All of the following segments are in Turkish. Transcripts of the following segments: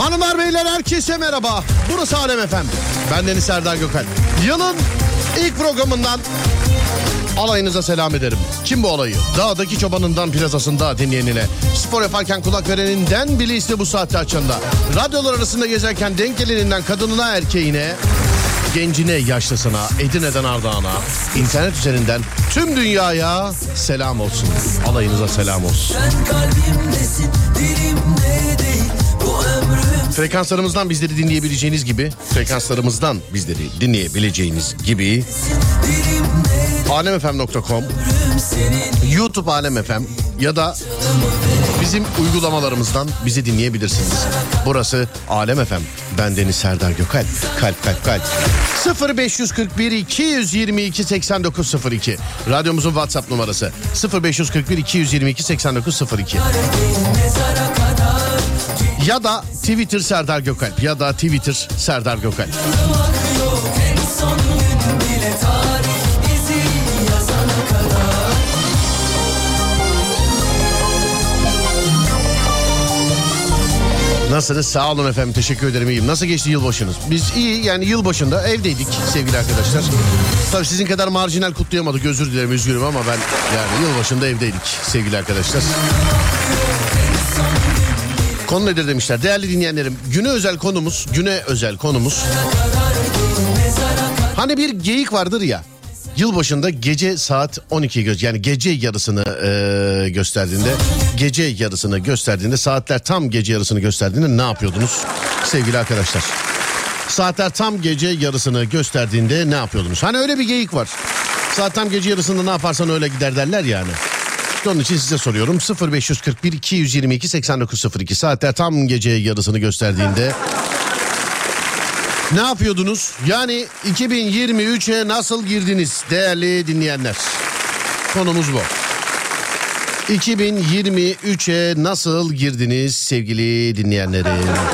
Hanımlar beyler herkese merhaba. Burası Alem FM. Bendeniz Serdar Gökalp. Yılın ilk programından alayınıza selam ederim. Kim bu alayı? Dağdaki çobanından plazasında dinleyenine, spor yaparken kulak vereninden biliste bu saatte açanda, radyolar arasında gezerken denk geleninden kadınına erkeğine, gencine yaşlısına, Edirne'den Ardahan'a, internet üzerinden tüm dünyaya selam olsun. Alayınıza selam olsun. Frekanslarımızdan bizleri dinleyebileceğiniz gibi alemfm.com, YouTube Alem FM ya da bizim uygulamalarımızdan bizi dinleyebilirsiniz. Burası Alem FM. Bendeniz Serdar Gökalp. Kalp. 0541 222 8902. Radyomuzun WhatsApp numarası 0541 222 8902. Ya da Twitter Serdar Gökalp ya da Twitter Serdar Gökalp. Nasılsınız? Sağ olun efendim. Teşekkür ederim. İyiyim. Nasıl geçti yılbaşınız? Biz iyi, yani yılbaşında evdeydik sevgili arkadaşlar. Tabii sizin kadar marjinal kutlayamadık. Özür dilerim, üzgünüm ama ben yani yılbaşında evdeydik sevgili arkadaşlar. Konu nedir demişler. Değerli dinleyenlerim, güne özel konumuz. Hani bir geyik vardır ya. Yılbaşında gece saat 12 yani gece yarısını gösterdiğinde saatler tam gece yarısını gösterdiğinde ne yapıyordunuz sevgili arkadaşlar? Saatler tam gece yarısını gösterdiğinde ne yapıyordunuz? Hani öyle bir geyik var. Saat tam gece yarısında ne yaparsan öyle gider derler yani. Onun için size soruyorum. 0541 222 8902. Saatler tam gece yarısını gösterdiğinde ne yapıyordunuz? Yani 2023'e nasıl girdiniz değerli dinleyenler? Konumuz bu. 2023'e nasıl girdiniz sevgili dinleyenlerim?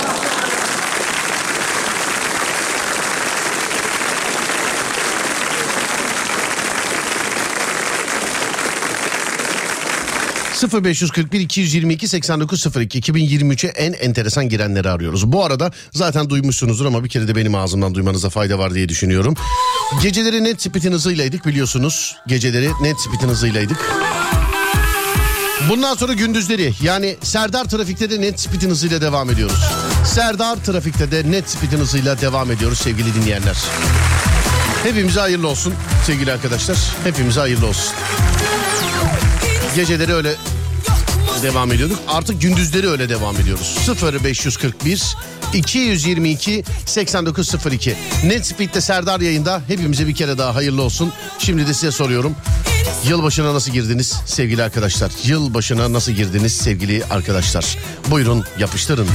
...0541 222 8902 2023'e en enteresan girenleri arıyoruz. Bu arada zaten duymuşsunuzdur ama bir kere de benim ağzımdan duymanıza fayda var diye düşünüyorum. Geceleri net speed'in hızıylaydık biliyorsunuz. Bundan sonra gündüzleri yani Serdar Trafik'te de net speed'in hızıyla devam ediyoruz. Sevgili dinleyenler. Hepimize hayırlı olsun sevgili arkadaşlar. Geceleri öyle devam ediyorduk. Artık gündüzleri öyle devam ediyoruz. 0541 222 8902. Net Speed'de Serdar yayında. Hepimize bir kere daha hayırlı olsun. Şimdi de size soruyorum. Yılbaşına nasıl girdiniz sevgili arkadaşlar? Buyurun yapıştırın.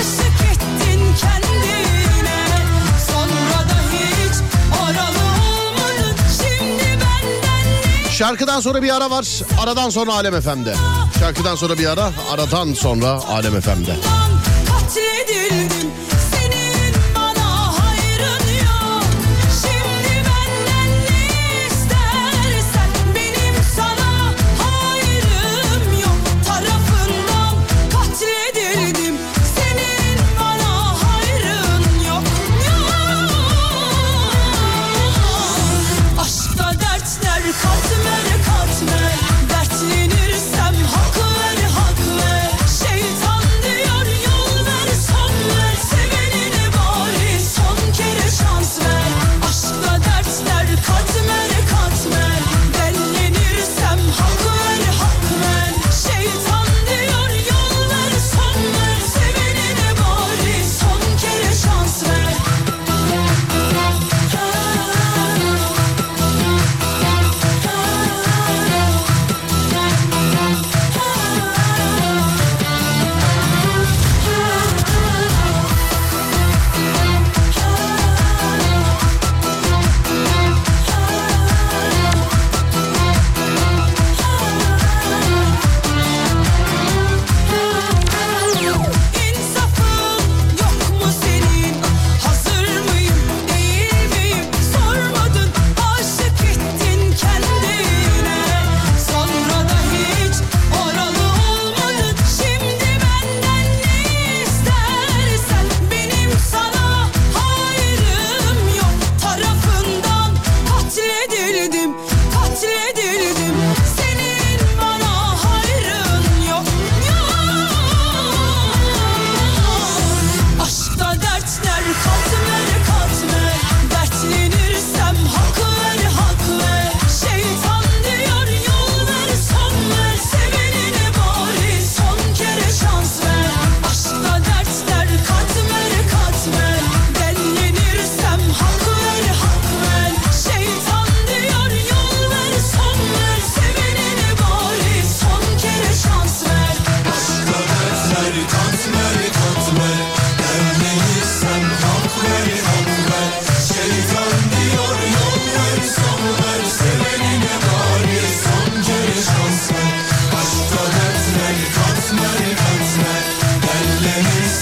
Şarkıdan sonra bir ara var. Aradan sonra Alem FM'de. Şarkıdan sonra bir ara. Aradan sonra Alem FM'de. Katledildim. Senin bana hayrın yok. Şimdi benden ne istersen benim sana hayrım yok. Tarafından katledildim. Senin bana hayrın yok. Aşkta dertler katmer. Dertlenirsem hak ver. Şeytan diyor yol ver son ver. Sevenin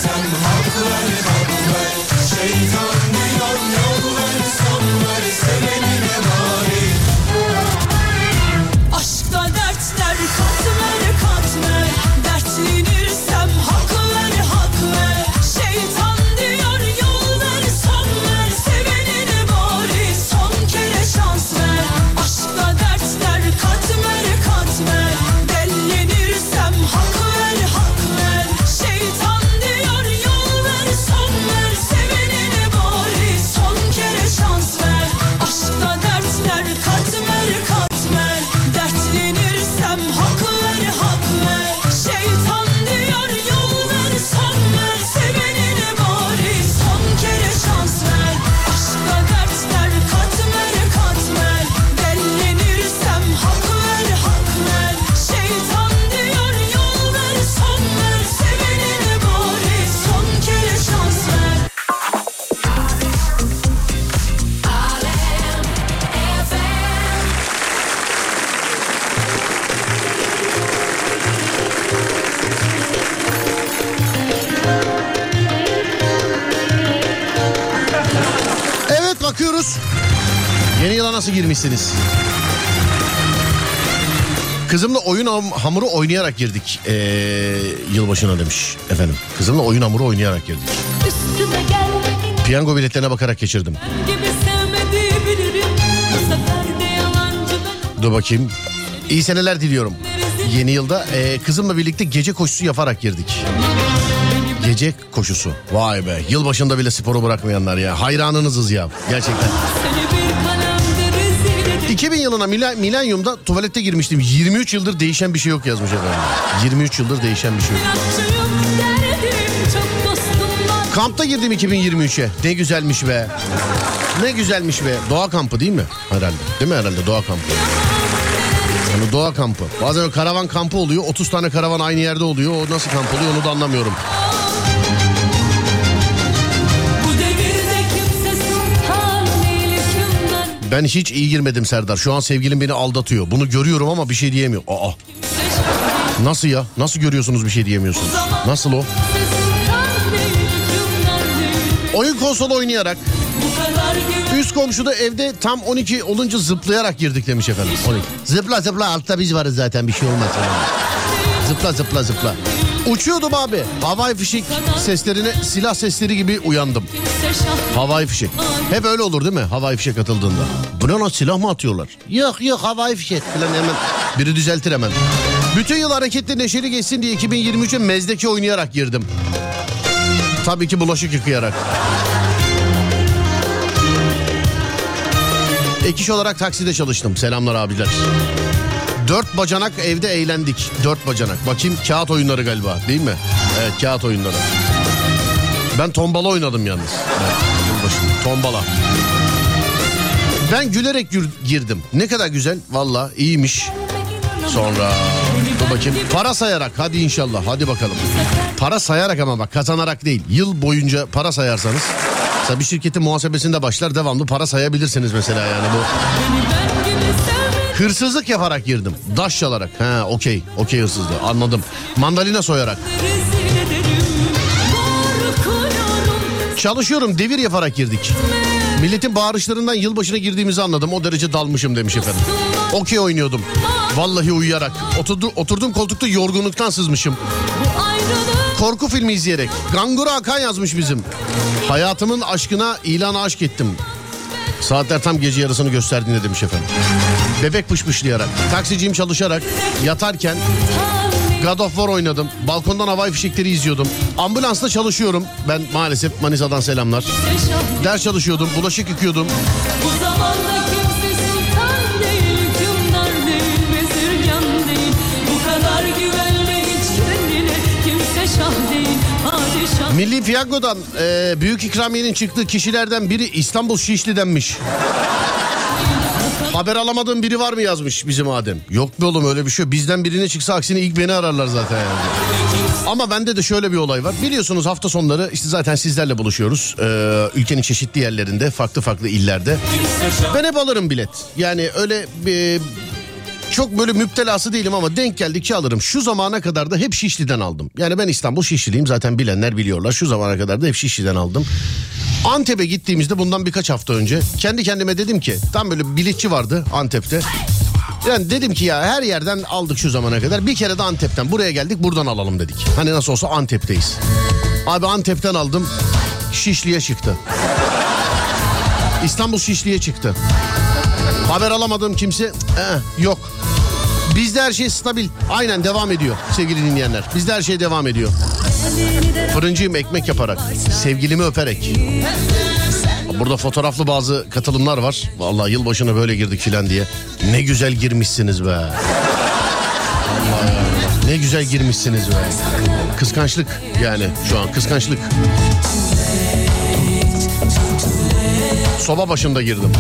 Yeni yıla nasıl girmişsiniz? Kızımla oyun hamuru oynayarak girdik yılbaşına demiş efendim. Kızımla oyun hamuru oynayarak girdik. Piyango biletlerine bakarak geçirdim. Dur bakayım. İyi seneler diliyorum. Yeni yılda kızımla birlikte gece koşusu yaparak girdik. Gece koşusu. Vay be. Yılbaşında bile sporu bırakmayanlar ya. Hayranınızız ya. Gerçekten. 2000 yılına milenyumda tuvalette girmiştim. 23 yıldır değişen bir şey yok yazmış efendim. 23 yıldır değişen bir şey yok. Kampta girdim 2023'e. Ne güzelmiş be. Ne güzelmiş be. Doğa kampı değil mi? Herhalde. Değil mi herhalde doğa kampı? Yani doğa kampı. Bazen karavan kampı oluyor. 30 tane karavan aynı yerde oluyor. O nasıl kamp oluyor onu da anlamıyorum. Ben hiç iyi girmedim Serdar. Şu an sevgilim beni aldatıyor. Bunu görüyorum ama bir şey diyemiyor. Aa. Nasıl ya? Nasıl görüyorsunuz bir şey diyemiyorsunuz? Nasıl o? Oyun konsolu oynayarak. Üst komşuda evde tam 12 olunca zıplayarak girdik demiş efendim. 12. Zıpla zıpla altta biz varız zaten bir şey olmaz. Zıpla zıpla zıpla. Uçuyordum abi. Havai fişek seslerine silah sesleri gibi uyandım. Havai fişek. Hep öyle olur değil mi? Havai fişek atıldığında. Buna silah mı atıyorlar? Yok yok havai fişek falan hemen. Biri düzeltir hemen. Bütün yıl hareketli neşeli geçsin diye 2023'e mezdeki oynayarak girdim. Tabii ki bulaşık yıkayarak. Ek iş olarak takside çalıştım. Selamlar abiler. 4 bacanak evde eğlendik. 4 bacanak. Bakayım kağıt oyunları galiba değil mi? Evet kağıt oyunları. Ben tombala oynadım yalnız. Evet, tombala. Ben gülerek girdim. Ne kadar güzel. Valla iyiymiş. Sonra dur bakayım. Para sayarak hadi inşallah. Hadi bakalım. Para sayarak ama bak kazanarak değil. Yıl boyunca para sayarsanız. Mesela bir şirketin muhasebesinde başlar devamlı para sayabilirsiniz mesela yani bu. Hırsızlık yaparak girdim. Daş çalarak. Ha okey. Okey hırsızlığı anladım. Mandalina soyarak. Çalışıyorum devir yaparak girdik. Milletin bağırışlarından yılbaşına girdiğimizi anladım. O derece dalmışım demiş efendim. Okey oynuyordum. Vallahi uyuyarak. Oturdum koltukta yorgunluktan sızmışım. Korku filmi izleyerek. Gangura Hakan yazmış bizim. Hayatımın aşkına ilana aşk ettim. Saatler tam gece yarısını gösterdiğinde demiş efendim. Bebek pışpışlayarak, taksiciyim çalışarak, yatarken God of War oynadım. Balkondan havai fişekleri izliyordum. Ambulansla çalışıyorum. Ben maalesef Manisa'dan selamlar. Ders çalışıyordum, bulaşık yıkıyordum. Bu zamanda kimse sultan değil, hükümdar değil, vezirgan değil. Bu kadar güvenme hiç kendine, kimse şah değil, padişah. Milli Piyango'dan büyük ikramiyenin çıktığı kişilerden biri İstanbul Şişli'denmiş. Haber alamadığım biri var mı yazmış bizim Adem. Yok be oğlum öyle bir şey. Bizden birine çıksa aksine ilk beni ararlar zaten yani. Ama bende de şöyle bir olay var. Biliyorsunuz hafta sonları işte zaten sizlerle buluşuyoruz. Ülkenin çeşitli yerlerinde, farklı farklı illerde. Ben hep alırım bilet. Yani öyle Çok böyle müptelası değilim ama denk geldikçe alırım. Şu zamana kadar da hep Şişli'den aldım. Yani ben İstanbul Şişliyim, zaten bilenler biliyorlar. Şu zamana kadar da hep Şişli'den aldım. Antep'e gittiğimizde bundan birkaç hafta önce kendi kendime dedim ki, tam böyle biletçi vardı Antep'te. Yani dedim ki ya her yerden aldık şu zamana kadar. Bir kere de Antep'ten buraya geldik, buradan alalım dedik. Hani nasıl olsa Antep'teyiz. Abi Antep'ten aldım, Şişli'ye çıktı. İstanbul Şişli'ye çıktı. Haber alamadığım kimse yok. Bizde her şey stabil. Aynen devam ediyor sevgili dinleyenler. Bizde her şey devam ediyor. Fırıncıyım, ekmek yaparak, sevgilimi öperek. Burada fotoğraflı bazı katılımlar var. Vallahi yılbaşına böyle girdik filan diye. Ne güzel girmişsiniz be. Vallahi ya. Ne güzel girmişsiniz be. Kıskançlık yani şu an, kıskançlık. Soba başında girdim.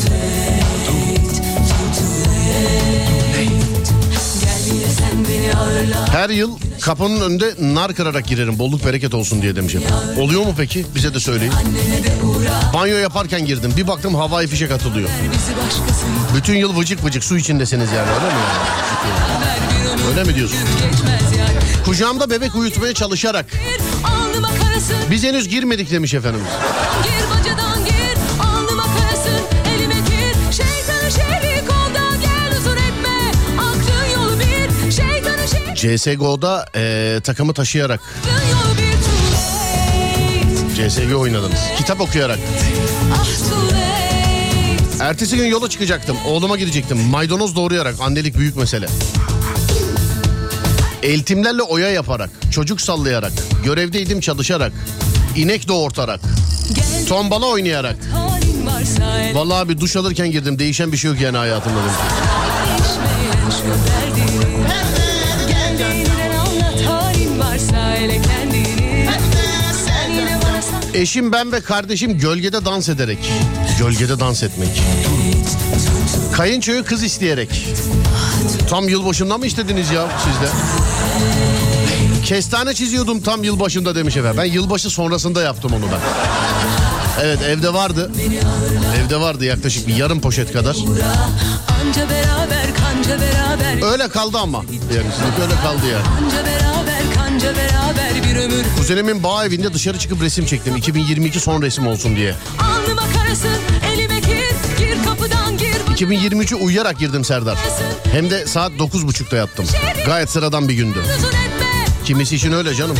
Her yıl kapının önünde nar kırarak girerim, bolluk bereket olsun diye demişim. Oluyor mu peki? Bize de söyleyin. Banyo yaparken girdim, bir baktım havai fişek atılıyor. Bütün yıl vıcık vıcık su içindesiniz yani, öyle mi yani? Öyle mi diyorsun? Kucağımda bebek uyutmaya çalışarak. Biz henüz girmedik demiş efendimiz. CSGO'da takımı taşıyarak. CSGO oynadınız. Kitap okuyarak. Ertesi gün yola çıkacaktım. Oğluma gidecektim. Maydanoz doğrayarak. Annelik büyük mesele. Eltimlerle oya yaparak. Çocuk sallayarak. Görevdeydim çalışarak. İnek doğurtarak. Tombala oynayarak. Vallahi bir duş alırken girdim. Değişen bir şey yok yani hayatımda. Eşim, ben ve kardeşim gölgede dans ederek. Gölgede dans etmek. Kayınçoyu kız isteyerek. Tam yılbaşında mı istediniz ya sizde? Kestane çiziyordum tam yılbaşında demiş efendim. Ben yılbaşı sonrasında yaptım onu ben. Evet, evde vardı. Evde vardı yaklaşık bir yarım poşet kadar. Öyle kaldı ama. Yani sizlik öyle kaldı yani. Kuzenimin bağ evinde dışarı çıkıp resim çektim. 2022 son resim olsun diye. 2023'ü uyuyarak girdim Serdar. Hem de saat 9.30'da yattım. Gayet sıradan bir gündü. Kimisi için öyle canım.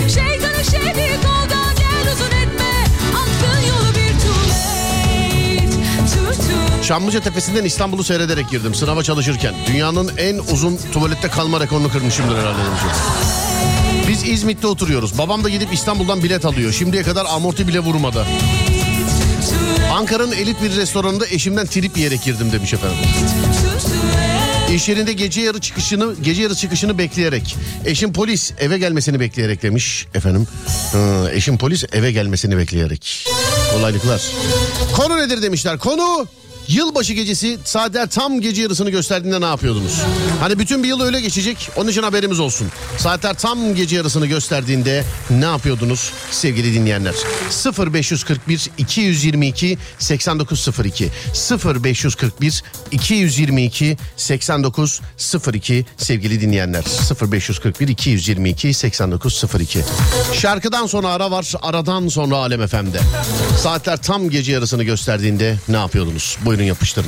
Çamlıca Tepesi'nden İstanbul'u seyrederek girdim sınava çalışırken. Dünyanın en uzun tuvalette kalma rekorunu kırmışımdır herhalde demişim. Biz İzmit'te oturuyoruz. Babam da gidip İstanbul'dan bilet alıyor. Şimdiye kadar amorti bile vurmadı. Ankara'nın elit bir restoranında eşimden trip yiyerek girdim demiş efendim. İş yerinde gece yarı çıkışını bekleyerek. Eşim polis eve gelmesini bekleyerek demiş efendim. Eşim polis eve gelmesini bekleyerek. Kolaylıklar. Konu nedir demişler. Konu yılbaşı gecesi saatler tam gece yarısını gösterdiğinde ne yapıyordunuz? Hani bütün bir yıl öyle geçecek, onun için haberimiz olsun. Saatler tam gece yarısını gösterdiğinde ne yapıyordunuz sevgili dinleyenler? 0541 222 8902 0541 222 8902 sevgili dinleyenler. 0541 222 8902. Şarkıdan sonra ara var, aradan sonra Alem FM'de. Saatler tam gece yarısını gösterdiğinde ne yapıyordunuz? Buyurun yapıştırın.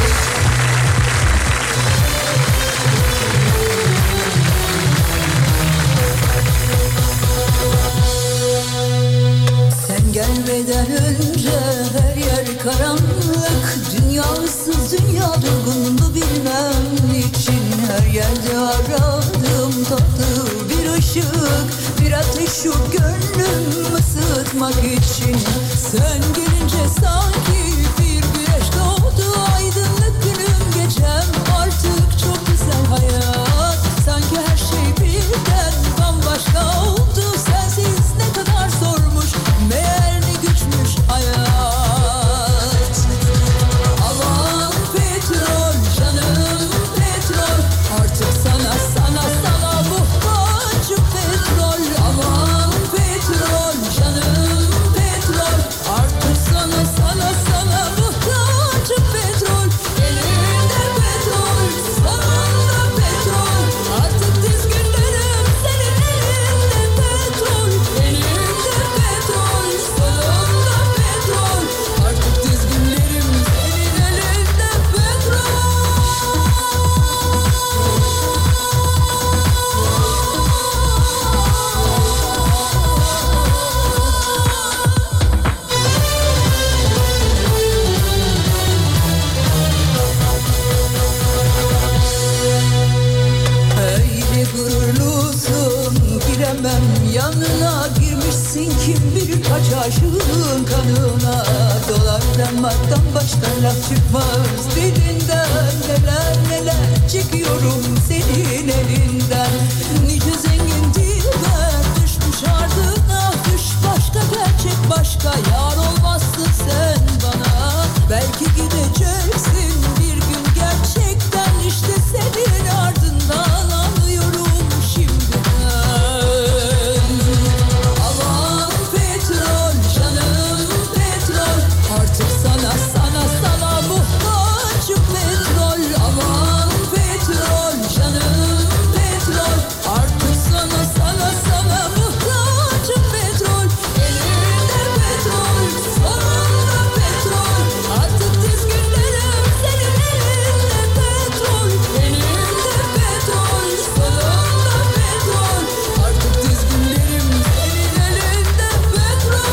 Sen gelmeden önce her yer karanlık, dünya ıssız, dünya durgundu bilmem niçin. Her yerde aradım tatlı bir ışık, bir ateş yok gönlüm ısıtmak için. Sen gelince sanki doğdu aydınlık günüm, gecem artık çok güzel hayat. Sanki her şey birden bambaşka oldu. Sensiz ne kadar zormuş, meğer ne güçmüş hayat. Aman petrol canım petrol, artık sana muhtacım petrol. Aman petrol canım petrol, artık sana aç aşığın kanına. Dolanmaktan başka laf çıkmaz dilinden. Neler neler çekiyorum senin elinden. Nice zengin diller düşmüş ardına. Düş başka gerçek başka yar olmazsın sen bana. Belki gideceksin bir gün gerçekten, işte senin ardından anlıyorum şimdiden. Aman petrol canım petrol, artık sana muhtacım petrol. Aman petrol canım petrol, artık sana muhtacım petrol. Elimde petrol, sonunda petrol, artık dizginlerim senin elinde petrol. Elimde petrol, sonunda petrol, artık dizginlerim senin elinde petrol.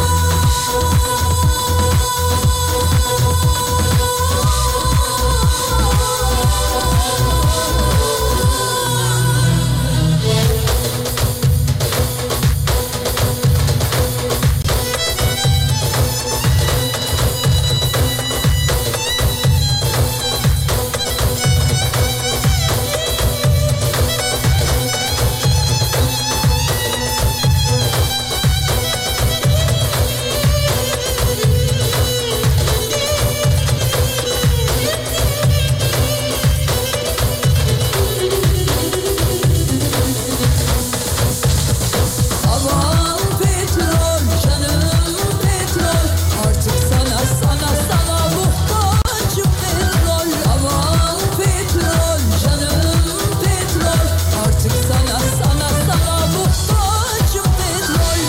Aman petrol canım petrol, artık sana muhtacım petrol. Aman petrol canım petrol, artık sana muhtacım petrol.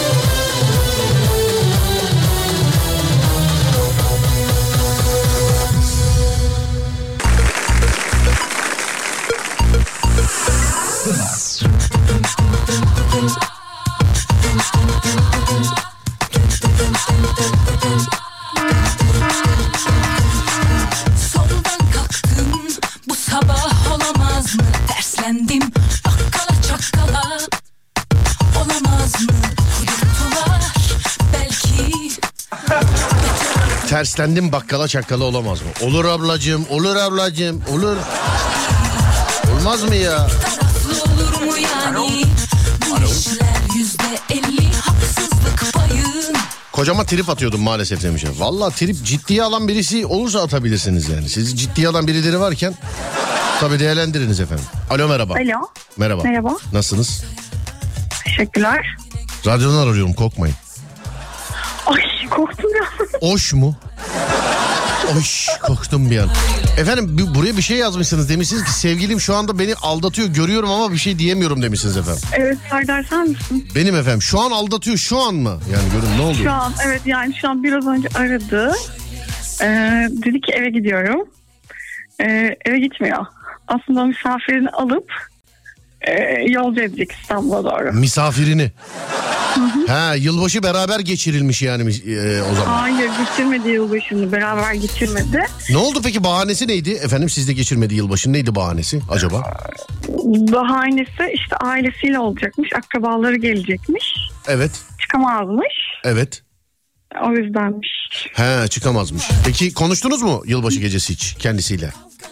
Soldan kalktım bu sabah, olamaz mı? Terslendim bakkala çakkala, olamaz mı? Yuttular belki. Terslendim bakkala çakkala olamaz mı? Olur ablacığım, olur ablacığım, olur. Olmaz mı ya? Taraflı olur mu yani? Bu işler %50 haksızlık payı. Kocama trip atıyordum maalesef demiş. Valla trip ciddiye alan birisi olursa atabilirsiniz yani. Sizi ciddiye alan birileri varken tabii değerlendiriniz efendim. Alo merhaba. Alo. Merhaba. Merhaba. Nasılsınız? Teşekkürler. Radyodan arıyorum, korkmayın. Ay korktum ya. Oş mu? Oş, korktum bir an. Efendim buraya bir şey yazmışsınız, demişsiniz ki sevgilim şu anda beni aldatıyor, görüyorum ama bir şey diyemiyorum demişsiniz efendim. Evet Serdar sen misin? Benim efendim, şu an aldatıyor, şu an mı? Yani görün ne oluyor? Şu an evet, yani şu an biraz önce aradı. Dedi ki eve gidiyorum. Eve gitmiyor. Aslında misafirini alıp yolcu edecek İstanbul'a doğru. Misafirini. Ha, yılbaşı beraber geçirilmiş yani o zaman. Hayır, geçirmedi yılbaşını, beraber geçirmedi. Ne oldu peki, bahanesi neydi? Efendim sizde geçirmedi yılbaşını, neydi bahanesi acaba? Bahanesi işte ailesiyle olacakmış, akrabaları gelecekmiş. Evet. Çıkamazmış. Evet. O yüzdenmiş. He, çıkamazmış. Peki konuştunuz mu yılbaşı gecesi hiç kendisiyle?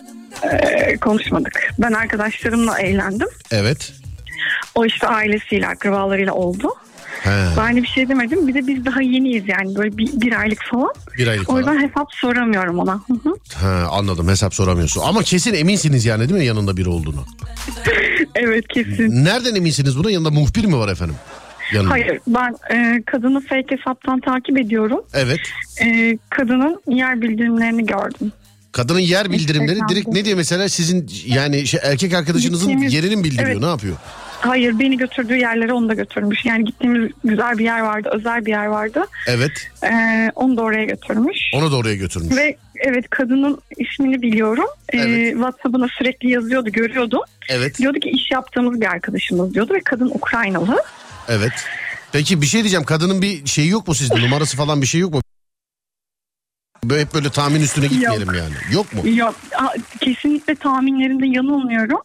Konuşmadık. Ben arkadaşlarımla eğlendim. Evet. O işte ailesiyle, akrabalarıyla oldu. He. Ben de bir şey demedim. Bir de biz daha yeniyiz yani, böyle bir aylık falan. Bir aylık O yüzden falan. hesap soramıyorum ona. Hı hı. He, anladım, hesap soramıyorsun. Ama kesin eminsiniz yani değil mi yanında biri olduğunu? Evet kesin. Nereden eminsiniz buna? Yanında muhbir mi var efendim? Yanında. Hayır, ben kadını fake hesaptan takip ediyorum. Evet. Kadının yer bildirimlerini gördüm. Kadının yer bildirimleri Instagram'da. direkt ne diyor mesela, sizin yani erkek arkadaşınızın yerini mi bildiriyor, Evet. ne yapıyor? Hayır, beni götürdüğü yerlere onu da götürmüş. Yani gittiğimiz güzel bir yer vardı, özel bir yer vardı. Evet. Onu da oraya götürmüş. Onu da oraya götürmüş. Ve evet, kadının ismini biliyorum. Evet. WhatsApp'ına sürekli yazıyordu, görüyordum. Evet. Diyordu ki iş yaptığımız bir arkadaşımız diyordu ve kadın Ukraynalı. Evet. Peki bir şey diyeceğim, kadının bir şeyi yok mu sizde, numarası falan bir şey yok mu? Böyle hep böyle tahmin üstüne gitmeyelim Yok. yani. Yok mu? Yok, kesinlikle tahminlerinde yanılmıyorum.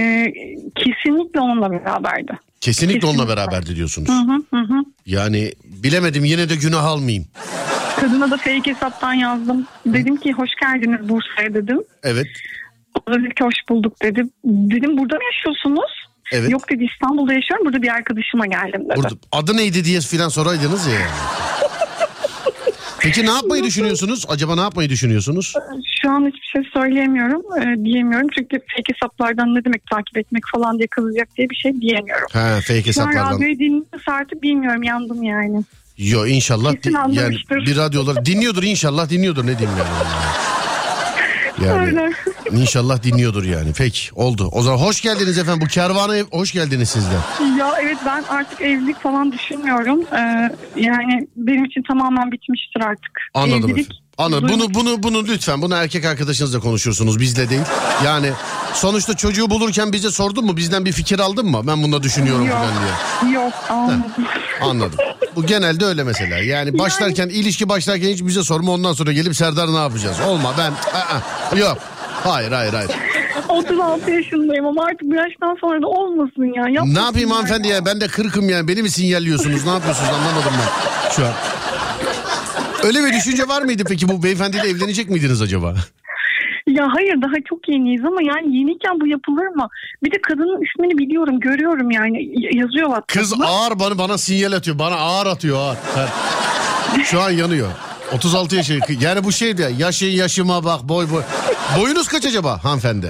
Kesinlikle onunla beraberdi. Kesinlikle onunla Kesinlikle. beraberdi diyorsunuz. Hı hı hı. Yani bilemedim, yine de günah almayayım. Kadına da fake hesaptan yazdım. Dedim ki hoş geldiniz Bursa'ya dedim. Evet. O da dedi ki hoş bulduk dedi. Dedim burada mı yaşıyorsunuz? Evet. Yok dedi İstanbul'da yaşıyorum, burada bir arkadaşıma geldim dedi. Burada, adı neydi diye filan soraydınız ya. Peki ne yapmayı düşünüyorsunuz? Acaba ne yapmayı düşünüyorsunuz? Şu an hiçbir şey söyleyemiyorum, diyemiyorum. Çünkü fake hesaplardan ne demek takip etmek falan diye kızacak diye bir şey diyemiyorum. Ha, fake Şu an hesaplardan. radyoyu dinliyorsa artık bilmiyorum, yandım yani. Yo inşallah Kesin yani anlamıştır. bir radyolar dinliyordur, inşallah dinliyordur, ne diyeyim yani. Yani Öyle. inşallah dinliyordur yani. Peki oldu. O zaman hoş geldiniz efendim. Bu kervana hoş geldiniz siz de. Ya evet, ben artık evlilik falan düşünmüyorum. Yani benim için tamamen bitmiştir artık. Anladım Evlilik, efendim. Anladım. Bunu lütfen, bunu erkek arkadaşınızla konuşursunuz, bizle değil. Yani sonuçta çocuğu bulurken bize sordun mu? Bizden bir fikir aldın mı? Ben bunu da düşünüyorum Yok. falan diye. Yok, anladım. Anladım. Bu genelde öyle mesela. Yani başlarken, ilişki başlarken hiç bize sorma, ondan sonra gelip Serdar ne yapacağız? Olma ben. Yok. Hayır. 36 yaşındayım ama artık bu yaştan sonra da olmasın ya. Yapmasın Ne yapayım ya. hanımefendi ya? Ben de 40'ım yani. Beni mi sinyalliyorsunuz? Ne yapıyorsunuz? Anlamadım ben şu an. Öyle bir düşünce var mıydı peki? Bu beyefendiyle evlenecek miydiniz acaba? Ya hayır, daha çok yeniyiz ama yani yeniyken bu yapılır mı? Bir de kadının ismini biliyorum, görüyorum yani, yazıyor WhatsApp'ta. Kız ağır bana sinyal atıyor. Bana ağır atıyor ağır. Şu an yanıyor. 36 yaşı. Yani bu şey de yaşıma bak, boy. Boyunuz kaç acaba hanımefendi?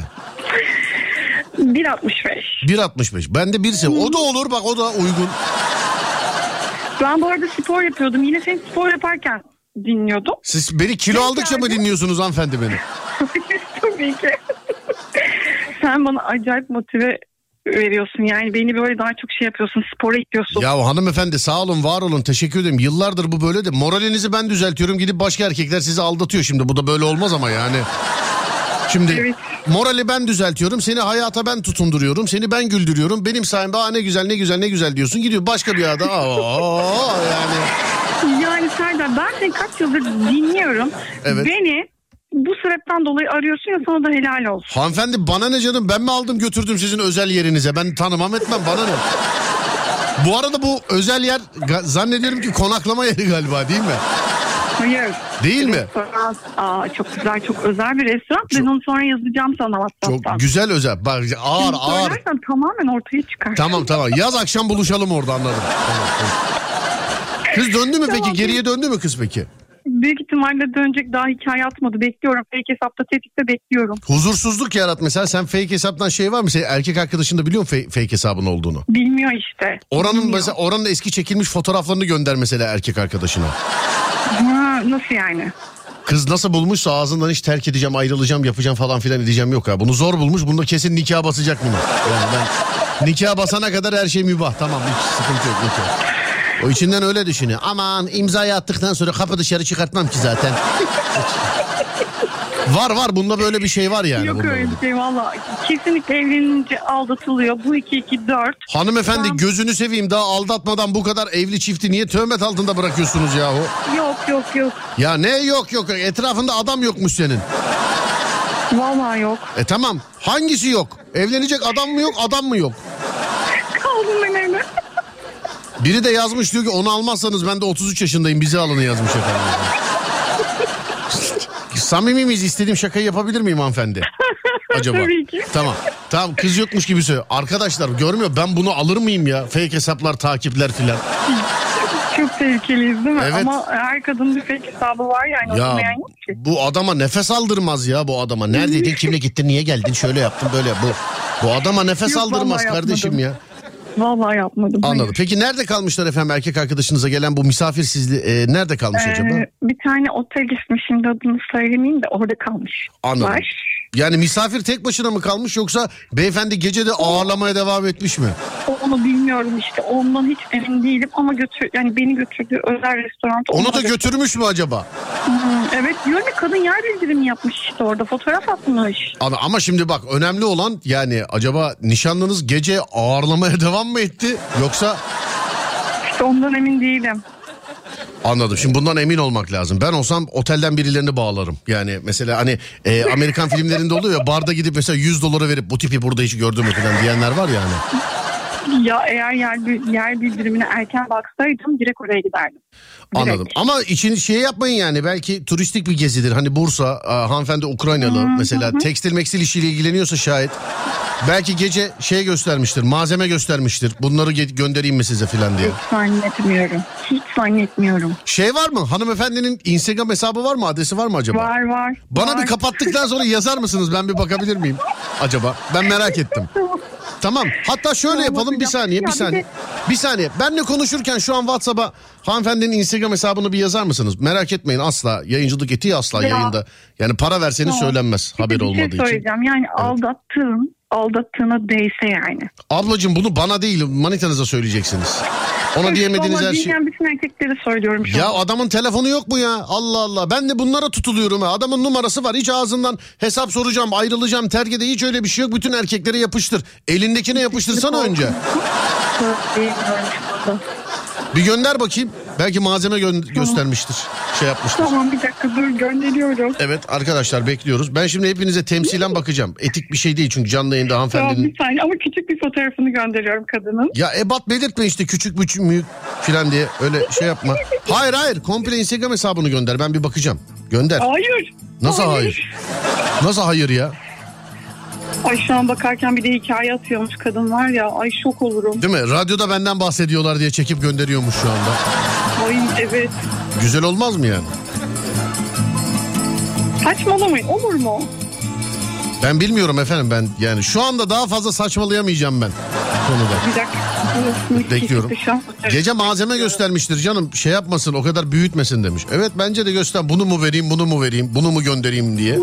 1.65. 1.65. Ben de 1.80. O da olur bak, o da uygun. Ben bu arada spor yapıyordum. Yine seni spor yaparken dinliyordum. Siz beni kilo aldıkça mı dinliyorsunuz hanımefendi beni? Tabii ki. Sen bana acayip motive veriyorsun. Yani beni böyle daha çok şey yapıyorsun. Spora itiyorsun. Ya hanımefendi sağ olun, var olun, teşekkür ederim. Yıllardır bu böyle de moralinizi ben düzeltiyorum. Gidip başka erkekler sizi aldatıyor şimdi. Bu da böyle olmaz ama yani. Şimdi Evet. morali ben düzeltiyorum. Seni hayata ben tutunduruyorum. Seni ben güldürüyorum. Benim sayemde ne güzel diyorsun. Gidiyor başka bir ada. Yani. Yani Serdar, ben seni kaç yıldır dinliyorum. Evet. Beni bu sebepten dolayı arıyorsun ya, sana da helal olsun. Hanımefendi bana ne canım, ben mi aldım götürdüm sizin özel yerinize? Ben tanımam etmem, bana ne? Bu arada bu özel yer zannediyorum ki konaklama yeri galiba, değil mi? Hayır. Değil mi? Restoran. Çok güzel, çok özel bir restoran. Ben onu sonra yazacağım sana WhatsApp'tan. Çok güzel özel. Bak ağır. Söylersen tamamen ortaya çıkar. Tamam. Yaz akşam buluşalım orada, anladım. Tamam. Kız döndü mü peki? Tamam. Geriye döndü mü kız peki? Büyük ihtimalle dönecek, daha hikaye atmadı. Bekliyorum. Fake hesapta, tetikte bekliyorum. Huzursuzluk yarat mesela. Sen fake hesaptan şey var mı? Senin erkek arkadaşın da biliyor mu fake hesabın olduğunu? Bilmiyor işte. Oranın eski çekilmiş fotoğraflarını gönder mesela erkek arkadaşına. Ha, nasıl yani? Kız nasıl bulmuşsa ağzından hiç terk edeceğim, ayrılacağım, yapacağım falan filan edeceğim yok ha. Bunu zor bulmuş. Bunda kesin nikah basacak buna. Yani ben nikah basana kadar her şey mübah. Tamam, hiç sıkıntı yok. Nikah. O içinden öyle düşünüyor. Aman imzayı attıktan sonra kapı dışarı çıkartmam ki zaten. Var bunda böyle bir şey var yani. Yok öyle bir şey valla. Kesinlikle evlenince aldatılıyor. Bu 2-2-4. Hanımefendi gözünü seveyim, daha aldatmadan bu kadar evli çifti niye töhmet altında bırakıyorsunuz yahu? Yok. Ya ne yok etrafında adam yokmuş senin. Valla yok. Tamam, hangisi yok? Evlenecek adam mı yok, adam mı yok? Kaldım ben evde. Biri de yazmış, diyor ki onu almazsanız ben de 33 yaşındayım, bizi alın yazmış efendim. Samimi miyiz? İstediğim şakayı yapabilir miyim hanımefendi? Acaba? Tabii ki. Tamam, kız yokmuş gibi söylüyor. Arkadaşlar görmüyor, ben bunu alır mıyım ya? Fake hesaplar, takipler filan. Çok tehlikeliyiz değil mi? Evet. Ama her kadının bir fake hesabı var yani. Ya Olmayan yok ki. bu adama nefes aldırmaz ya, bu adama. Neredeydin, kimle gittin, niye geldin, şöyle yaptın, böyle. Bu adama nefes Yok, aldırmaz vallahi kardeşim yapmadım. ya. Vallahi yapmadım. Anladım. Hayır. Peki nerede kalmışlar efendim erkek arkadaşınıza gelen bu misafir sizli nerede kalmış acaba? Bir tane otel ismi, şimdi adını söylemeyeyim de, orada kalmış. Anladım. Var. Yani misafir tek başına mı kalmış, yoksa beyefendi gece de ağırlamaya devam etmiş mi? Onu bilmiyorum işte. Ondan hiç emin değilim ama beni götürdüğü özel restoranda. Onu da götürmüş mü acaba? Evet, diyorum ya, kadın yer bildirimi yapmış işte orada. Fotoğraf atmış. Ama şimdi bak, önemli olan yani acaba nişanlınız gece ağırlamaya devam mı etti, yoksa... İşte ondan emin değilim. Anladım. Şimdi bundan emin olmak lazım. Ben olsam otelden birilerini bağlarım. Yani mesela hani Amerikan filmlerinde oluyor ya, barda gidip mesela $100 verip bu tipi burada hiç gördün mü falan diyenler var ya hani. Ya eğer yer bildirimine erken baksaydım direkt oraya giderdim. Direkt. Anladım. Ama için şey yapmayın yani. Belki turistik bir gezidir. Hani Bursa, hanımefendi Ukraynalı mesela tekstil mekstil işiyle ilgileniyorsa şayet. Belki gece şey göstermiştir, malzeme göstermiştir. Bunları göndereyim mi size filan diye. Hiç zannetmiyorum. Hiç zannetmiyorum. Şey var mı? Hanımefendinin Instagram hesabı var mı? Adresi var mı acaba? Var. Bana var. bir kapattıktan sonra yazar mısınız? Ben bir bakabilir miyim acaba? Ben merak ettim. Tamam. Hatta şöyle yapalım, bir saniye. Bir saniye. Benle konuşurken şu an WhatsApp'a hanımefendinin Instagram hesabını bir yazar mısınız? Merak etmeyin, asla yayıncılık etiği asla yayında. Yani para verseniz söylenmez haber olmadığı için. Bir şey söyleyeceğim. Yani aldattığına değse yani. Ablacığım bunu bana değil, manitanıza söyleyeceksiniz. Ona diyemediğiniz her şey. Dinleyen bütün erkeklere söylüyorum şu Ya an. adamın telefonu yok mu ya? Allah Allah. Ben de bunlara tutuluyorum ha. Adamın numarası var. Hiç ağzından hesap soracağım, ayrılacağım, terk edeyim. Hiç öyle bir şey yok. Bütün erkeklere yapıştır. Elindekine yapıştırsana önce. Bir gönder bakayım. Belki malzeme göstermiştir. Şey yapmıştır. Tamam, bir dakika dur, gönderiyorum. Evet arkadaşlar, bekliyoruz. Ben şimdi hepinize temsilen bakacağım. Etik bir şey değil çünkü canlı yayında Tamam, hanımefendinin. bir saniye ama küçük bir fotoğrafını gönderiyorum kadının. Ya ebat belirtme işte, küçük büyük filan diye öyle şey yapma. Hayır komple Instagram hesabını gönder, ben bir bakacağım. Gönder. Hayır. Nasıl hayır? Nasıl hayır ya? Ay şu an bakarken bir de hikaye atıyormuş kadın var ya. Ay şok olurum. Değil mi? Radyoda benden bahsediyorlar diye çekip gönderiyormuş şu anda. Ay evet. Güzel olmaz mı yani? Saçmalamayın, olur mu? Ben bilmiyorum efendim, ben yani şu anda daha fazla saçmalayamayacağım ben konuda. Bir dakika. Bekliyorum. Gece malzeme göstermiştir canım, şey yapmasın, o kadar büyütmesin demiş. Evet bence de göster, bunu mu vereyim bunu mu göndereyim diye.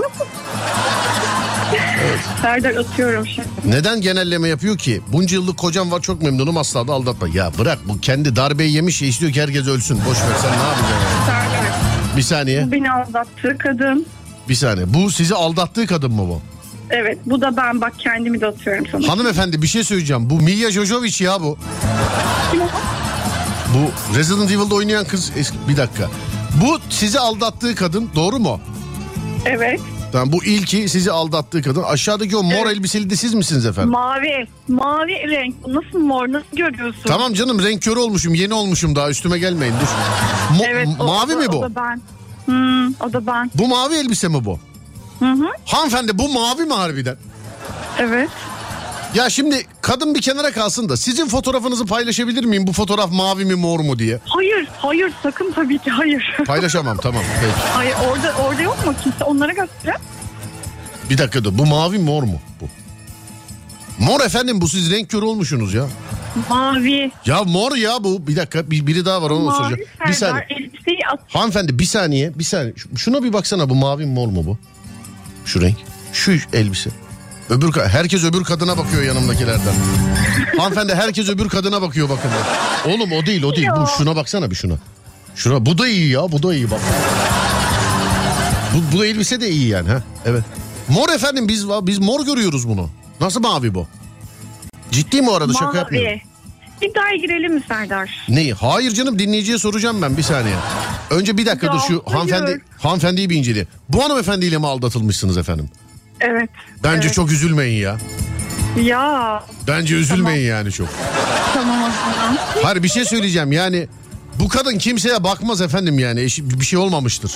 Serdar atıyorum şimdi. Neden genelleme yapıyor ki? Bunca yıllık kocam var, çok memnunum, asla da aldatma. Ya bırak, bu kendi darbeyi yemiş ya, istiyor ki herkes ölsün. Boş ver, sen ne yapacaksın yani? Serdar. Bir saniye. Bu beni aldattığı kadın. Bir saniye. Bu sizi aldattığı kadın mı bu? Evet, bu da ben, bak kendimi de atıyorum sana. Hanımefendi bir şey söyleyeceğim. Bu Milla Jovovich ya bu. Kim o? Bu Resident Evil'da oynayan kız. Bir dakika. Bu sizi aldattığı kadın, doğru mu? Evet. Tamam, bu ilki sizi aldattığı kadın. Aşağıdaki o mor elbiseli de siz misiniz efendim? Mavi renk. Nasıl mor? Nasıl görüyorsun? Tamam canım, renk körü olmuşum, yeni olmuşum, daha üstüme gelmeyin, dur. Evet, mavi mi bu? O da ben. O da ben. Bu mavi elbise mi bu? Hı. Hanımefendi bu mavi mi harbiden? Evet. Ya şimdi kadın bir kenara kalsın da sizin fotoğrafınızı paylaşabilir miyim? Bu fotoğraf mavi mi mor mu diye. Hayır sakın, tabii ki hayır. Paylaşamam, tamam peki. Hayır, orada yok mu kimse, onlara göster. Bir dakika dur, bu mavi mor mu bu? Mor efendim, bu siz renk körü olmuşsunuz ya. Mavi. Ya mor ya bu, bir dakika, biri daha var, onu soracağım. Bir saniye. Elbiseyi Hanımefendi bir saniye. Şuna bir baksana, bu mavi mi mor mu bu? Şu renk, şu elbise. Herkes öbür kadına bakıyor yanımdakilerden. Hanımefendi herkes öbür kadına bakıyor, bakın. Oğlum o değil. Bu, şuna baksana bir şuna. Şuna, bu da iyi ya, bu da iyi bak. Bu elbise de iyi yani ha. Evet. Mor efendim, biz mor görüyoruz bunu. Nasıl mavi bu? Ciddi mi o arada, şaka yapmıyorum. İddiaya girelim mi Serdar? Neyi? Hayır canım, dinleyiciye soracağım ben, bir saniye. Önce bir dakika dur, şu hanımefendiyi bir incele. Bu hanımefendiyle mi aldatılmışsınız efendim? Evet. Bence evet. çok üzülmeyin ya. Ya. Bence üzülmeyin yani çok. Tamam o zaman. Hayır, bir şey söyleyeceğim yani. Bu kadın kimseye bakmaz efendim yani. Bir şey olmamıştır.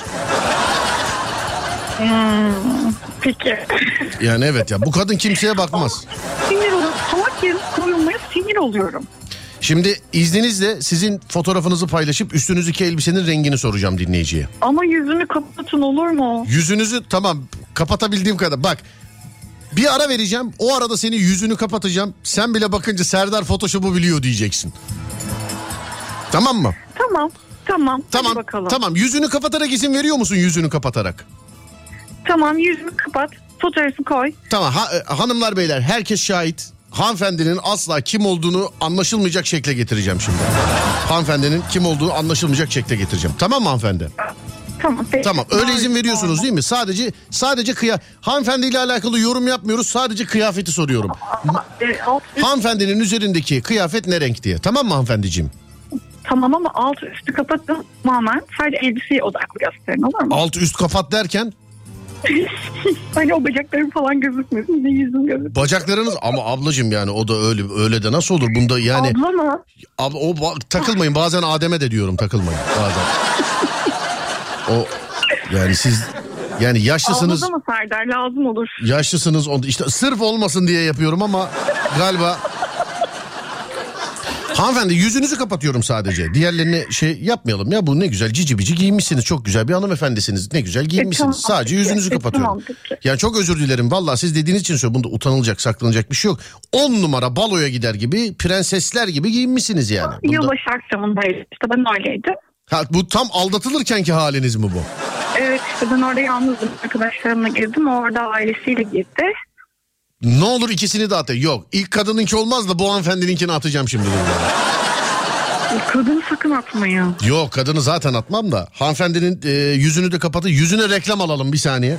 Peki. Yani evet ya, bu kadın kimseye bakmaz. Sinir oluyorum. Salak yerine koyulmaya sinir oluyorum. Şimdi izninizle sizin fotoğrafınızı paylaşıp üstünüzdeki elbisenin rengini soracağım dinleyiciye. Ama yüzünü kapatın, olur mu? Yüzünüzü tamam, kapatabildiğim kadar. Bak, bir ara vereceğim. O arada senin yüzünü kapatacağım. Sen bile bakınca Serdar Photoshop'u biliyor diyeceksin. Tamam mı? Tamam. Hadi bakalım. Tamam. Yüzünü kapatarak izin veriyor musun, yüzünü kapatarak? Tamam, yüzünü kapat. Fotoğrafını koy. Tamam hanımlar beyler, herkes şahit. Hanımefendinin asla kim olduğunu anlaşılmayacak şekle getireceğim şimdi. Hanımefendinin kim olduğunu anlaşılmayacak şekle getireceğim. Tamam mı hanımefendi? Tamam. Peki. Tamam, öyle izin veriyorsunuz değil mi? Sadece hanımefendiyle alakalı yorum yapmıyoruz. Sadece kıyafeti soruyorum. Hanımefendinin üzerindeki kıyafet ne renk diye. Tamam mı hanımefendiciğim? Tamam ama alt üstü kapatın tamamen. Sadece elbiseye odaklı gösterin, olur mu? Alt üst kapat derken? Hani o bacaklarım falan gözükmesin. Ne yüzüm gözükmesin. Bacaklarınız ama ablacığım yani o da öyle de nasıl olur bunda yani. Abla mı? Takılmayın bazen Adem'e de diyorum takılmayın bazen. O yani siz yani yaşlısınız. Abla mı Serdar lazım olur. Yaşlısınız işte sırf olmasın diye yapıyorum ama galiba. Hanımefendi yüzünüzü kapatıyorum sadece. Diğerlerini şey yapmayalım ya bu ne güzel cici bici giyinmişsiniz. Çok güzel bir hanımefendisiniz. Ne güzel giyinmişsiniz. Tamam, sadece yüzünüzü kapatıyorum. Tamam, peki. Yani çok özür dilerim. Vallahi siz dediğiniz için söylüyorum. Bunda utanılacak saklanacak bir şey yok. 10 numara baloya gider gibi prensesler gibi giyinmişsiniz yani. Yılbaşı akşamındaydı. İşte ben öyleydim. Ha, bu tam aldatılırkenki haliniz mi bu? Evet işte ben orada yalnızdım. Arkadaşlarımla girdim. O orada ailesiyle girdi. Ne olur ikisini de atayım. Yok ilk kadınınki olmaz da bu hanımefendininkini atacağım şimdi. Kadını sakın atmayın. Yok kadını zaten atmam da. Hanımefendinin yüzünü de kapatın. Yüzüne reklam alalım bir saniye.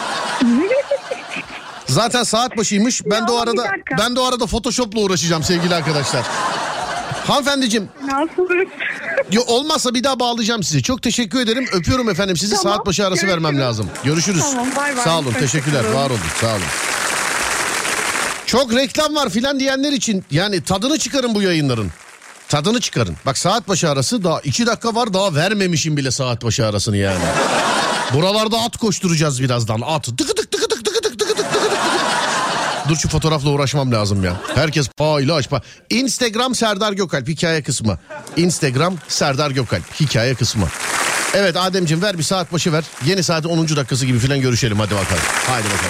Zaten saat başıymış. Ben de o arada Photoshop'la uğraşacağım sevgili arkadaşlar. Hanımefendiciğim. Nasıl? Olmazsa bir daha bağlayacağım sizi. Çok teşekkür ederim. Öpüyorum efendim sizi. Tamam, saat başı arası görüşürüz. vermem lazım. Görüşürüz. Tamam, bay bay. Sağ olun. Teşekkürler. Var olun. Sağ olun. Çok reklam var filan diyenler için yani tadını çıkarın bu yayınların. Tadını çıkarın. Bak saat başı arası daha 2 dakika var daha vermemişim bile saat başı arasını yani. Buralarda at koşturacağız birazdan. At. Tıkı tık tıkı tık tıkı tık tıkı tık tıkı tık. Dur şu fotoğrafla uğraşmam lazım ya. Herkes paylaş. Instagram Serdar Gökalp hikaye kısmı. Instagram Serdar Gökalp hikaye kısmı. Evet Ademciğim ver bir saat başı ver. Yeni saatin 10. dakikası gibi filan görüşelim hadi bakalım. Haydi bakalım.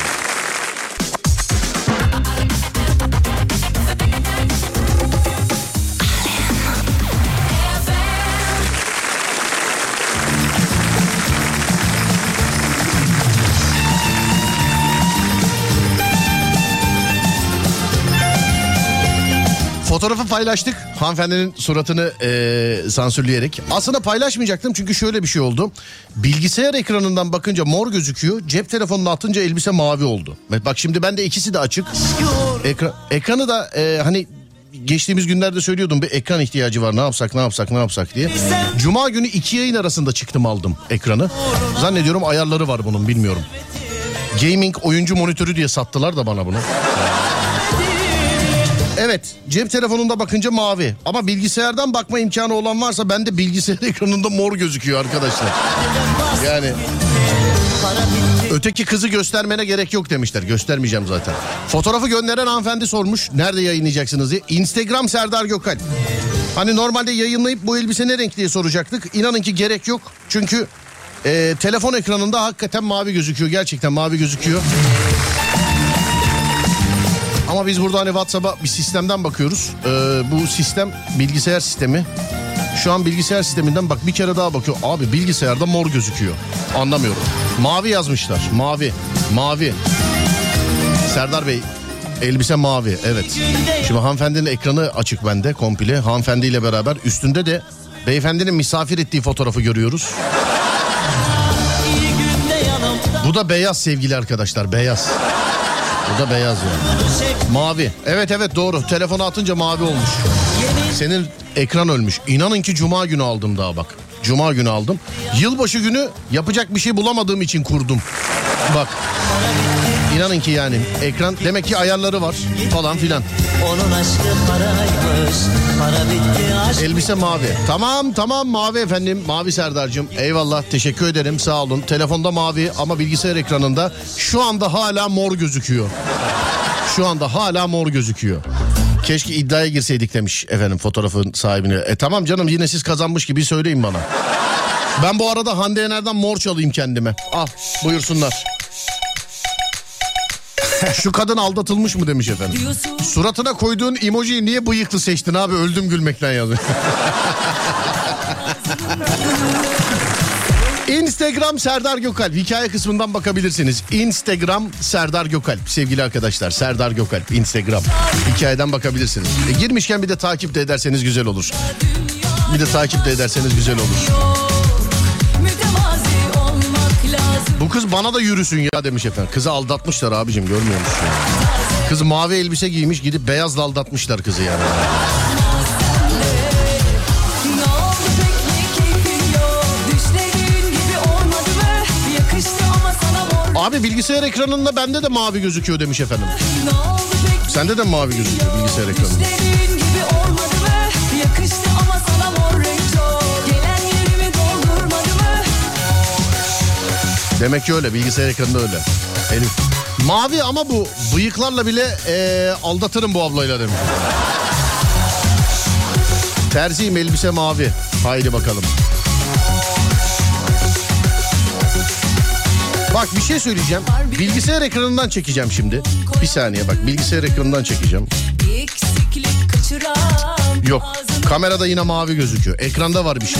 Fotoğrafı paylaştık. Hanımefendinin suratını sansürleyerek. Aslında paylaşmayacaktım çünkü şöyle bir şey oldu. Bilgisayar ekranından bakınca mor gözüküyor. Cep telefonuna atınca elbise mavi oldu. Bak şimdi bende ikisi de açık. Ekranı da hani geçtiğimiz günlerde söylüyordum bir ekran ihtiyacı var. Ne yapsak diye. Cuma günü 2 yayın arasında çıktım aldım ekranı. Zannediyorum ayarları var bunun bilmiyorum. Gaming oyuncu monitörü diye sattılar da bana bunu. Evet cep telefonunda bakınca mavi ama bilgisayardan bakma imkanı olan varsa bende bilgisayar ekranında mor gözüküyor arkadaşlar. Yani öteki kızı göstermene gerek yok demişler, göstermeyeceğim zaten. Fotoğrafı gönderen hanımefendi sormuş nerede yayınlayacaksınız diye. Instagram Serdar Gökalp. Hani normalde yayınlayıp bu elbise ne renk diye soracaktık. İnanın ki gerek yok çünkü telefon ekranında hakikaten mavi gözüküyor, gerçekten mavi gözüküyor. Ama biz burada hani WhatsApp'a bir sistemden bakıyoruz. Bu sistem bilgisayar sistemi. Şu an bilgisayar sisteminden bak bir kere daha bakıyor. Abi bilgisayarda mor gözüküyor. Anlamıyorum. Mavi yazmışlar. Mavi. Serdar Bey elbise mavi. Evet. Şimdi hanımefendinin ekranı açık bende komple. Hanımefendiyle beraber üstünde de beyefendinin misafir ettiği fotoğrafı görüyoruz. Bu da beyaz sevgili arkadaşlar. Beyaz. Bu da beyaz yani. Mavi. Evet doğru. Telefona atınca mavi olmuş. Senin ekran ölmüş. İnanın ki cuma günü aldım daha bak. Cuma günü aldım. Yılbaşı günü yapacak bir şey bulamadığım için kurdum. Bak. İnanın ki yani ekran demek ki ayarları var falan filan. Onun aşkı paraymış. Para bitti aşk. Elbise mavi. Tamam mavi efendim. Mavi Serdar'cığım. Eyvallah teşekkür ederim sağ olun. Telefonda mavi ama bilgisayar ekranında şu anda hala mor gözüküyor. Keşke iddiaya girseydik demiş efendim fotoğrafın sahibine. Tamam canım yine siz kazanmış gibi söyleyin bana. Ben bu arada Hande Yener'den mor çalayım kendime. Al buyursunlar. Şu kadın aldatılmış mı demiş efendim. Suratına koyduğun emojiyi niye bıyıklı seçtin abi? Öldüm gülmekten yazıyor. Instagram Serdar Gökalp hikaye kısmından bakabilirsiniz. Instagram Serdar Gökalp sevgili arkadaşlar. Serdar Gökalp Instagram hikayeden bakabilirsiniz. Girmişken bir de takip de ederseniz güzel olur. Bu kız bana da yürüsün ya demiş efendim. Kızı aldatmışlar abicim görmüyor musun? Kız mavi elbise giymiş gidip beyazla aldatmışlar kızı yani. Abi Abi bilgisayar ekranında bende de mavi gözüküyor demiş efendim. Sende de mavi gözüküyor bilgisayar ekranında. Demek ki öyle, bilgisayar ekranında öyle. Elif. Mavi ama bu bıyıklarla bile aldatırım bu ablayla demiş. Terziyim, elbise mavi. Haydi bakalım. Bak bir şey söyleyeceğim. Bilgisayar ekranından çekeceğim şimdi. Bir saniye bak, bilgisayar ekranından çekeceğim. Yok, kamerada yine mavi gözüküyor. Ekranda var bir şey.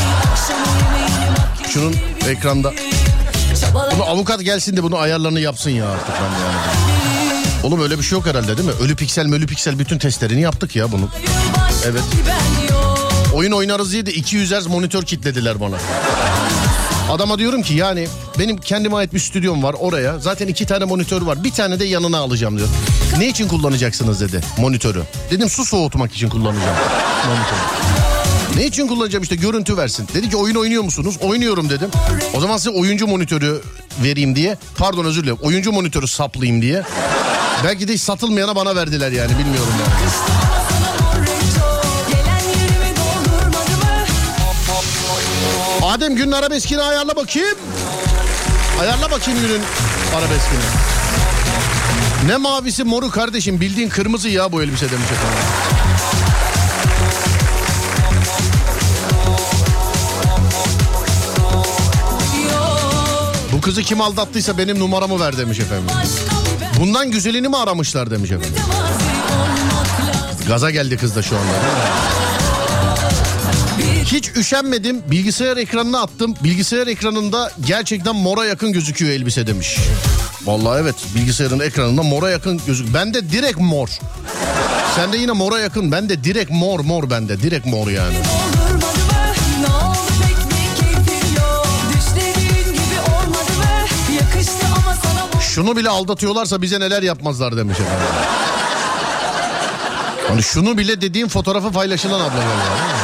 Şunun ekranda. Bunu avukat gelsin de bunu ayarlarını yapsın ya artık ben de yani. Oğlum öyle bir şey yok herhalde değil mi? Ölü piksel bütün testlerini yaptık ya bunun. Evet. Oyun oynarız diye de 200 Hz monitör kilitlediler bana. Adama diyorum ki yani benim kendime ait bir stüdyom var oraya. Zaten 2 tane monitör var. Bir tane de yanına alacağım diyor. Ne için kullanacaksınız dedi monitörü. Dedim su soğutmak için kullanacağım monitörü. Ne için kullanacağım işte, görüntü versin. Dedi ki oyun oynuyor musunuz? Oynuyorum dedim. O zaman size oyuncu monitörü vereyim diye. Pardon özür dilerim. Oyuncu monitörü saplayayım diye. Belki de hiç satılmayana bana verdiler yani, bilmiyorum yani. Adem günün arabeskini ayarla bakayım. Ayarla bakayım günün arabeskini. Ne mavisi moru kardeşim, bildiğin kırmızı ya bu elbise demiş efendim. Bu kızı kim aldattıysa benim numaramı ver demiş efendim. Bundan güzelini mi aramışlar demiş efendim. Gaza geldi kız da şu anda. Hiç üşenmedim, bilgisayar ekranına attım. Bilgisayar ekranında gerçekten mora yakın gözüküyor elbise demiş. Vallahi evet, bilgisayarın ekranında mora yakın gözüküyor. Bende direkt mor. Sende yine mora yakın. Bende direkt mor bende. Direkt mor yani. Şunu bile aldatıyorlarsa bize neler yapmazlar demiş efendim. Hani şunu bile dediğim fotoğrafı paylaşılan abla galiba.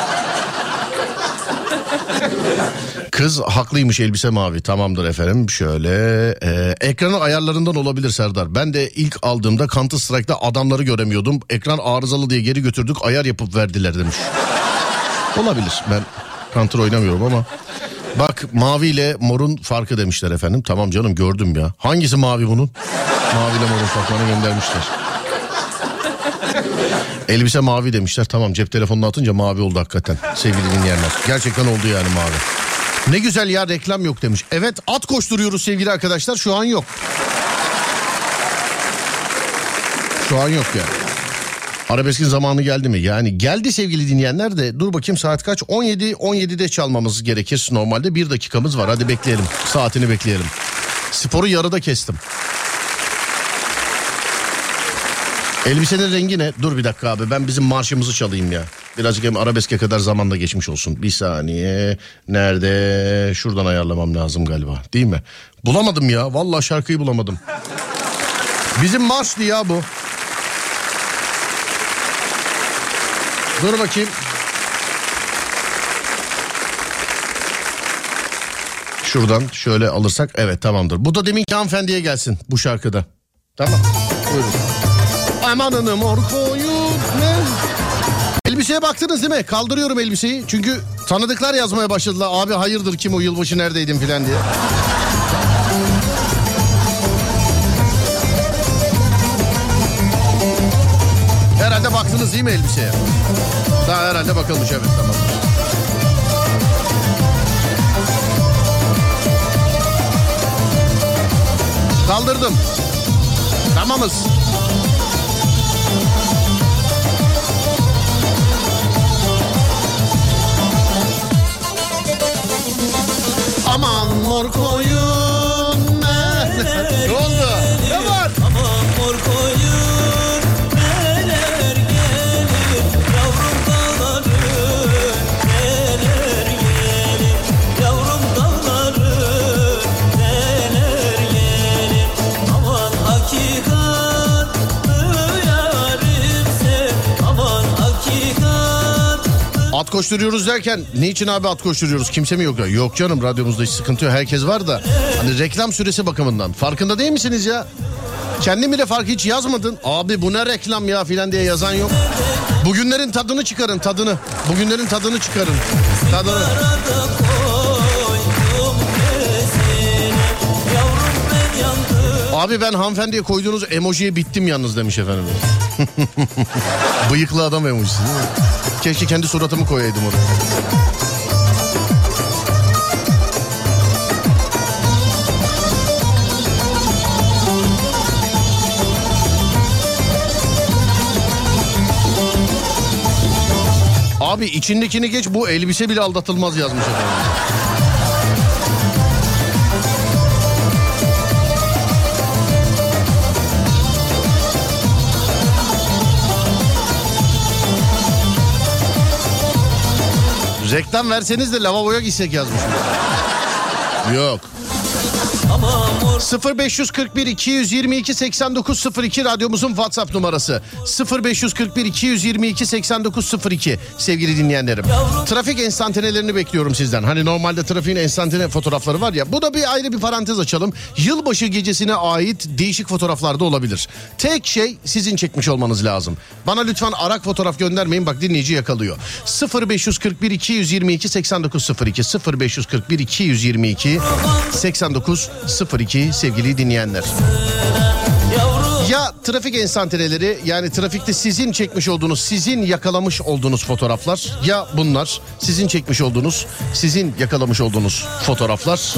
Kız haklıymış, elbise mavi. Tamamdır efendim. Şöyle ekranın ayarlarından olabilir Serdar. Ben de ilk aldığımda Counter Strike'da adamları göremiyordum. Ekran arızalı diye geri götürdük, ayar yapıp verdiler demiş. Olabilir, ben Counter oynamıyorum ama. Bak maviyle morun farkı demişler efendim. Tamam canım, gördüm ya. Hangisi mavi bunun? Maviyle morun farkını göndermişler. Elbise mavi demişler. Tamam, cep telefonunu atınca mavi oldu hakikaten sevgili dinleyenler. Gerçekten oldu yani mavi. Ne güzel ya, reklam yok demiş. Evet, at koşturuyoruz sevgili arkadaşlar, şu an yok. Şu an yok yani. Arabeskin zamanı geldi mi? Yani geldi sevgili dinleyenler de, dur bakayım saat kaç? 17'de çalmamız gerekir normalde. 1 dakikamız var, hadi bekleyelim. Saatini bekleyelim. Sporu yarıda kestim. Elbisenin rengi ne? Dur bir dakika abi, ben bizim marşımızı çalayım ya. Birazcık hem arabeske kadar zaman da geçmiş olsun. Bir saniye. Nerede? Şuradan ayarlamam lazım galiba. Değil mi? Bulamadım ya. Vallahi şarkıyı bulamadım. Bizim marştı ya bu. Dur bakayım. Şuradan şöyle alırsak evet tamamdır. Bu da deminki hanımefendiye gelsin bu şarkıda. Tamam. Buyurun. Amanını mor koyun. Elbiseye baktınız değil mi? Kaldırıyorum elbiseyi. Çünkü tanıdıklar yazmaya başladılar. Abi hayırdır, kim o, yılbaşı neredeydin filan diye. Herhalde baktınız değil mi elbiseye? Daha herhalde bakılmış, evet tamam. Kaldırdım. Tamamız. Aman mor koyun. Ne oldu? Ne var? Aman mor koyun neler gelir, yavrum dağları neler gelir, yavrum dağları neler gelir. Aman hakikat yarim sen, aman hakikat. At koşturuyoruz derken ne için abi at koşturuyoruz? Kimse mi yok ya? Yok canım, radyomuzda hiç sıkıntı yok. Herkes var da hani reklam süresi bakımından. Farkında değil misiniz ya? Kendin bile farkı hiç yazmadın. Abi bu ne reklam ya filan diye yazan yok. Bugünlerin tadını çıkarın, tadını. Bugünlerin tadını çıkarın. Tadını. Abi ben hanımefendiye koyduğunuz emojiye bittim yalnız demiş efendim. Bıyıklı adam emojisi değil mi? Keşke kendi suratımı koyaydım oraya. Abi içindekini geç, bu elbise bile aldatılmaz yazmış efendim. Reklam verseniz de lavaboya gitsek yazmış. Yok. 0541 222 8902 radyomuzun WhatsApp numarası. 0541 222 8902 sevgili dinleyenlerim. Trafik enstantanelerini bekliyorum sizden. Hani normalde trafiğin enstantane fotoğrafları var ya. Bu da bir ayrı bir parantez açalım. Yılbaşı gecesine ait değişik fotoğraflar da olabilir. Tek şey sizin çekmiş olmanız lazım. Bana lütfen arak fotoğraf göndermeyin, bak dinleyici yakalıyor. 0541 222 8902 0541 222 8902 sevgili dinleyenler. Ya trafik enstantaneleri, yani trafikte sizin çekmiş olduğunuz, sizin yakalamış olduğunuz fotoğraflar, ya bunlar sizin çekmiş olduğunuz, sizin yakalamış olduğunuz fotoğraflar.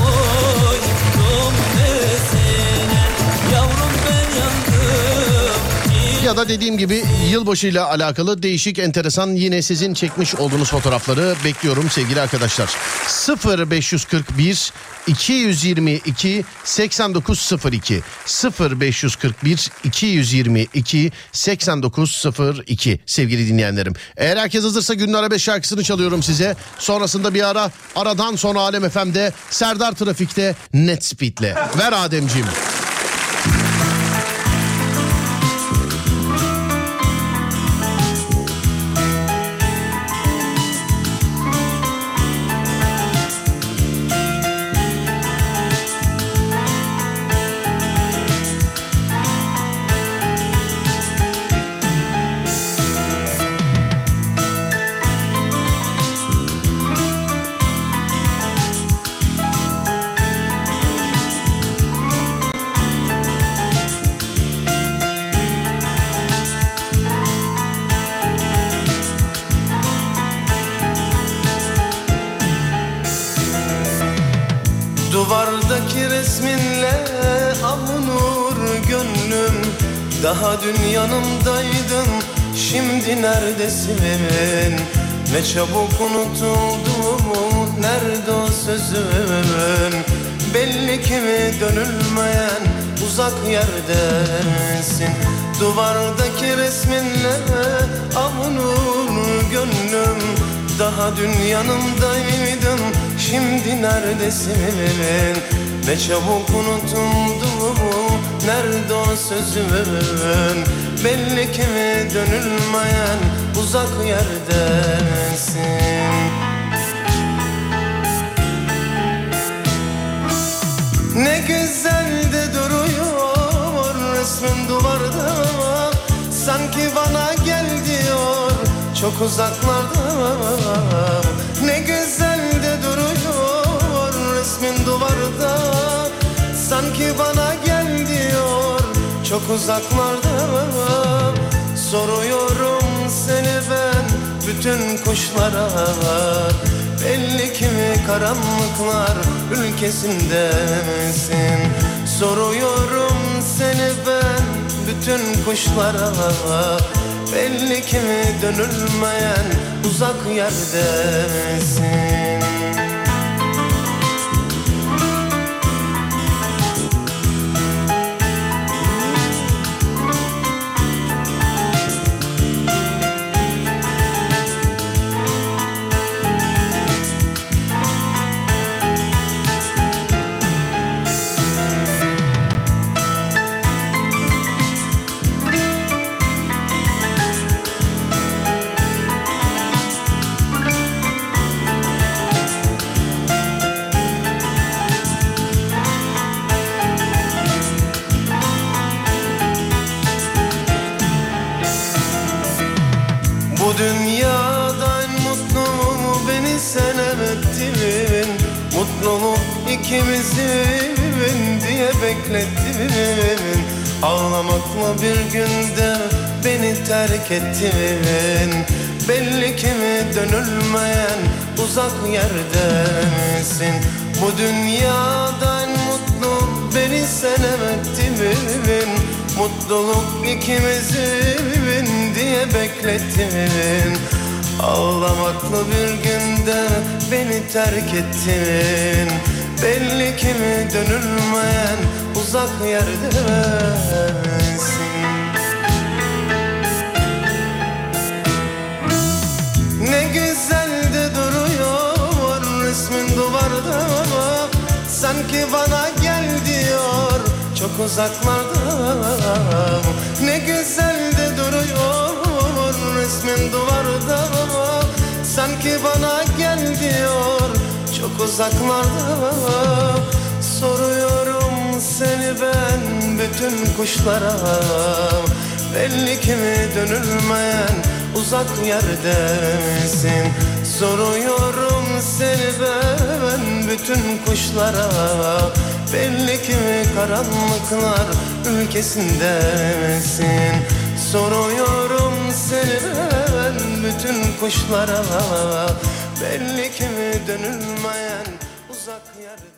Ya da dediğim gibi yılbaşıyla alakalı değişik, enteresan, yine sizin çekmiş olduğunuz fotoğrafları bekliyorum sevgili arkadaşlar. 0541 222 8902 0541 222 8902 sevgili dinleyenlerim. Eğer herkes hazırsa Günün Arabesk şarkısını çalıyorum size. Sonrasında bir aradan sonra Alem FM'de Serdar Trafik'te Net Speed'le. Ver Ademciğim. Duvardaki resminle avunur gönlüm. Daha dün yanımdaydın, şimdi neredesin? Ne çabuk unutuldum, nerede o sözün? Belli ki dönülmeyen uzak yerdesin. Duvardaki resminle avunur gönlüm. Daha dün yanımdaydın, şimdi neredesin? Ne çabuk unutuldu, nerede o sözün? Belli ki dönülmeyen uzak yerdesin. Ne güzel de duruyor resmin duvarda, sanki bana gel diyor çok uzaklarda. Ne güzel de duruyor resmin duvarda, sanki bana gel diyor çok uzaklarda. Soruyorum seni ben bütün kuşlara, belli ki karanlıklar ülkesindesin. Soruyorum seni ben bütün kuşlara, belli ki dönülmeyen uzak yerdesin. sevemedim. Mutluluk ikimizin diye beklettin. Ağlamakla bir günde beni terk ettin. Belli ki dönülmeyen uzak yerdesin. Bu dünyada en mutlu beni sen ettin. Mutluluk ikimizin diye beklettin. Ağlamakla bir günde beni terk ettin. Belli ki dönülmeyen uzak yerdesin. Ne güzel de duruyor resmin duvarda. Sanki bana gel diyor çok uzaklarda. Ne güzel de duruyor resmin duvarda. Sanki bana gel diyor çok uzaklarda. Soruyorum seni ben bütün kuşlara. Belli ki dönülmeyen uzak yerdesin. Soruyorum seni ben bütün kuşlara. Belli ki karanlıklar ülkesindesin. Soruyorum seni ben bütün kuşlara. Belli ki dönülmeyen uzak yerde.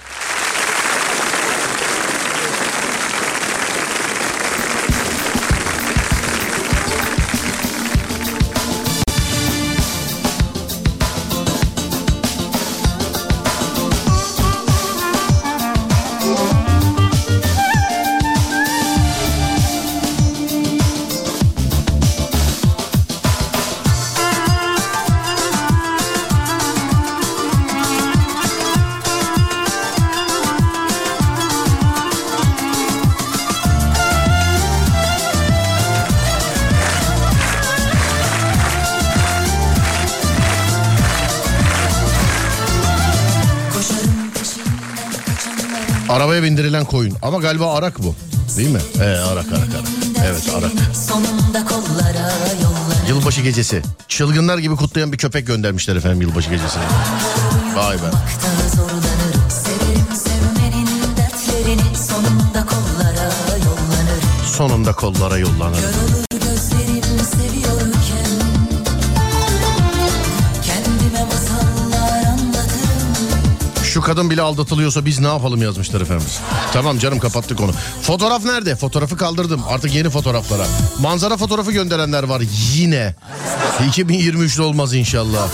Arabaya bindirilen koyun. Ama galiba arak bu. Değil mi? Arak. Evet, arak. Yılbaşı gecesi. Çılgınlar gibi kutlayan bir köpek göndermişler efendim yılbaşı gecesine. Vay be. Sonunda kollara yollanır. Şu kadın bile aldatılıyorsa biz ne yapalım yazmışlar efendim. Tamam canım, kapattık onu. Fotoğraf nerede? Fotoğrafı kaldırdım. Artık yeni fotoğraflara. Manzara fotoğrafı gönderenler var yine. 2023'te olmaz inşallah.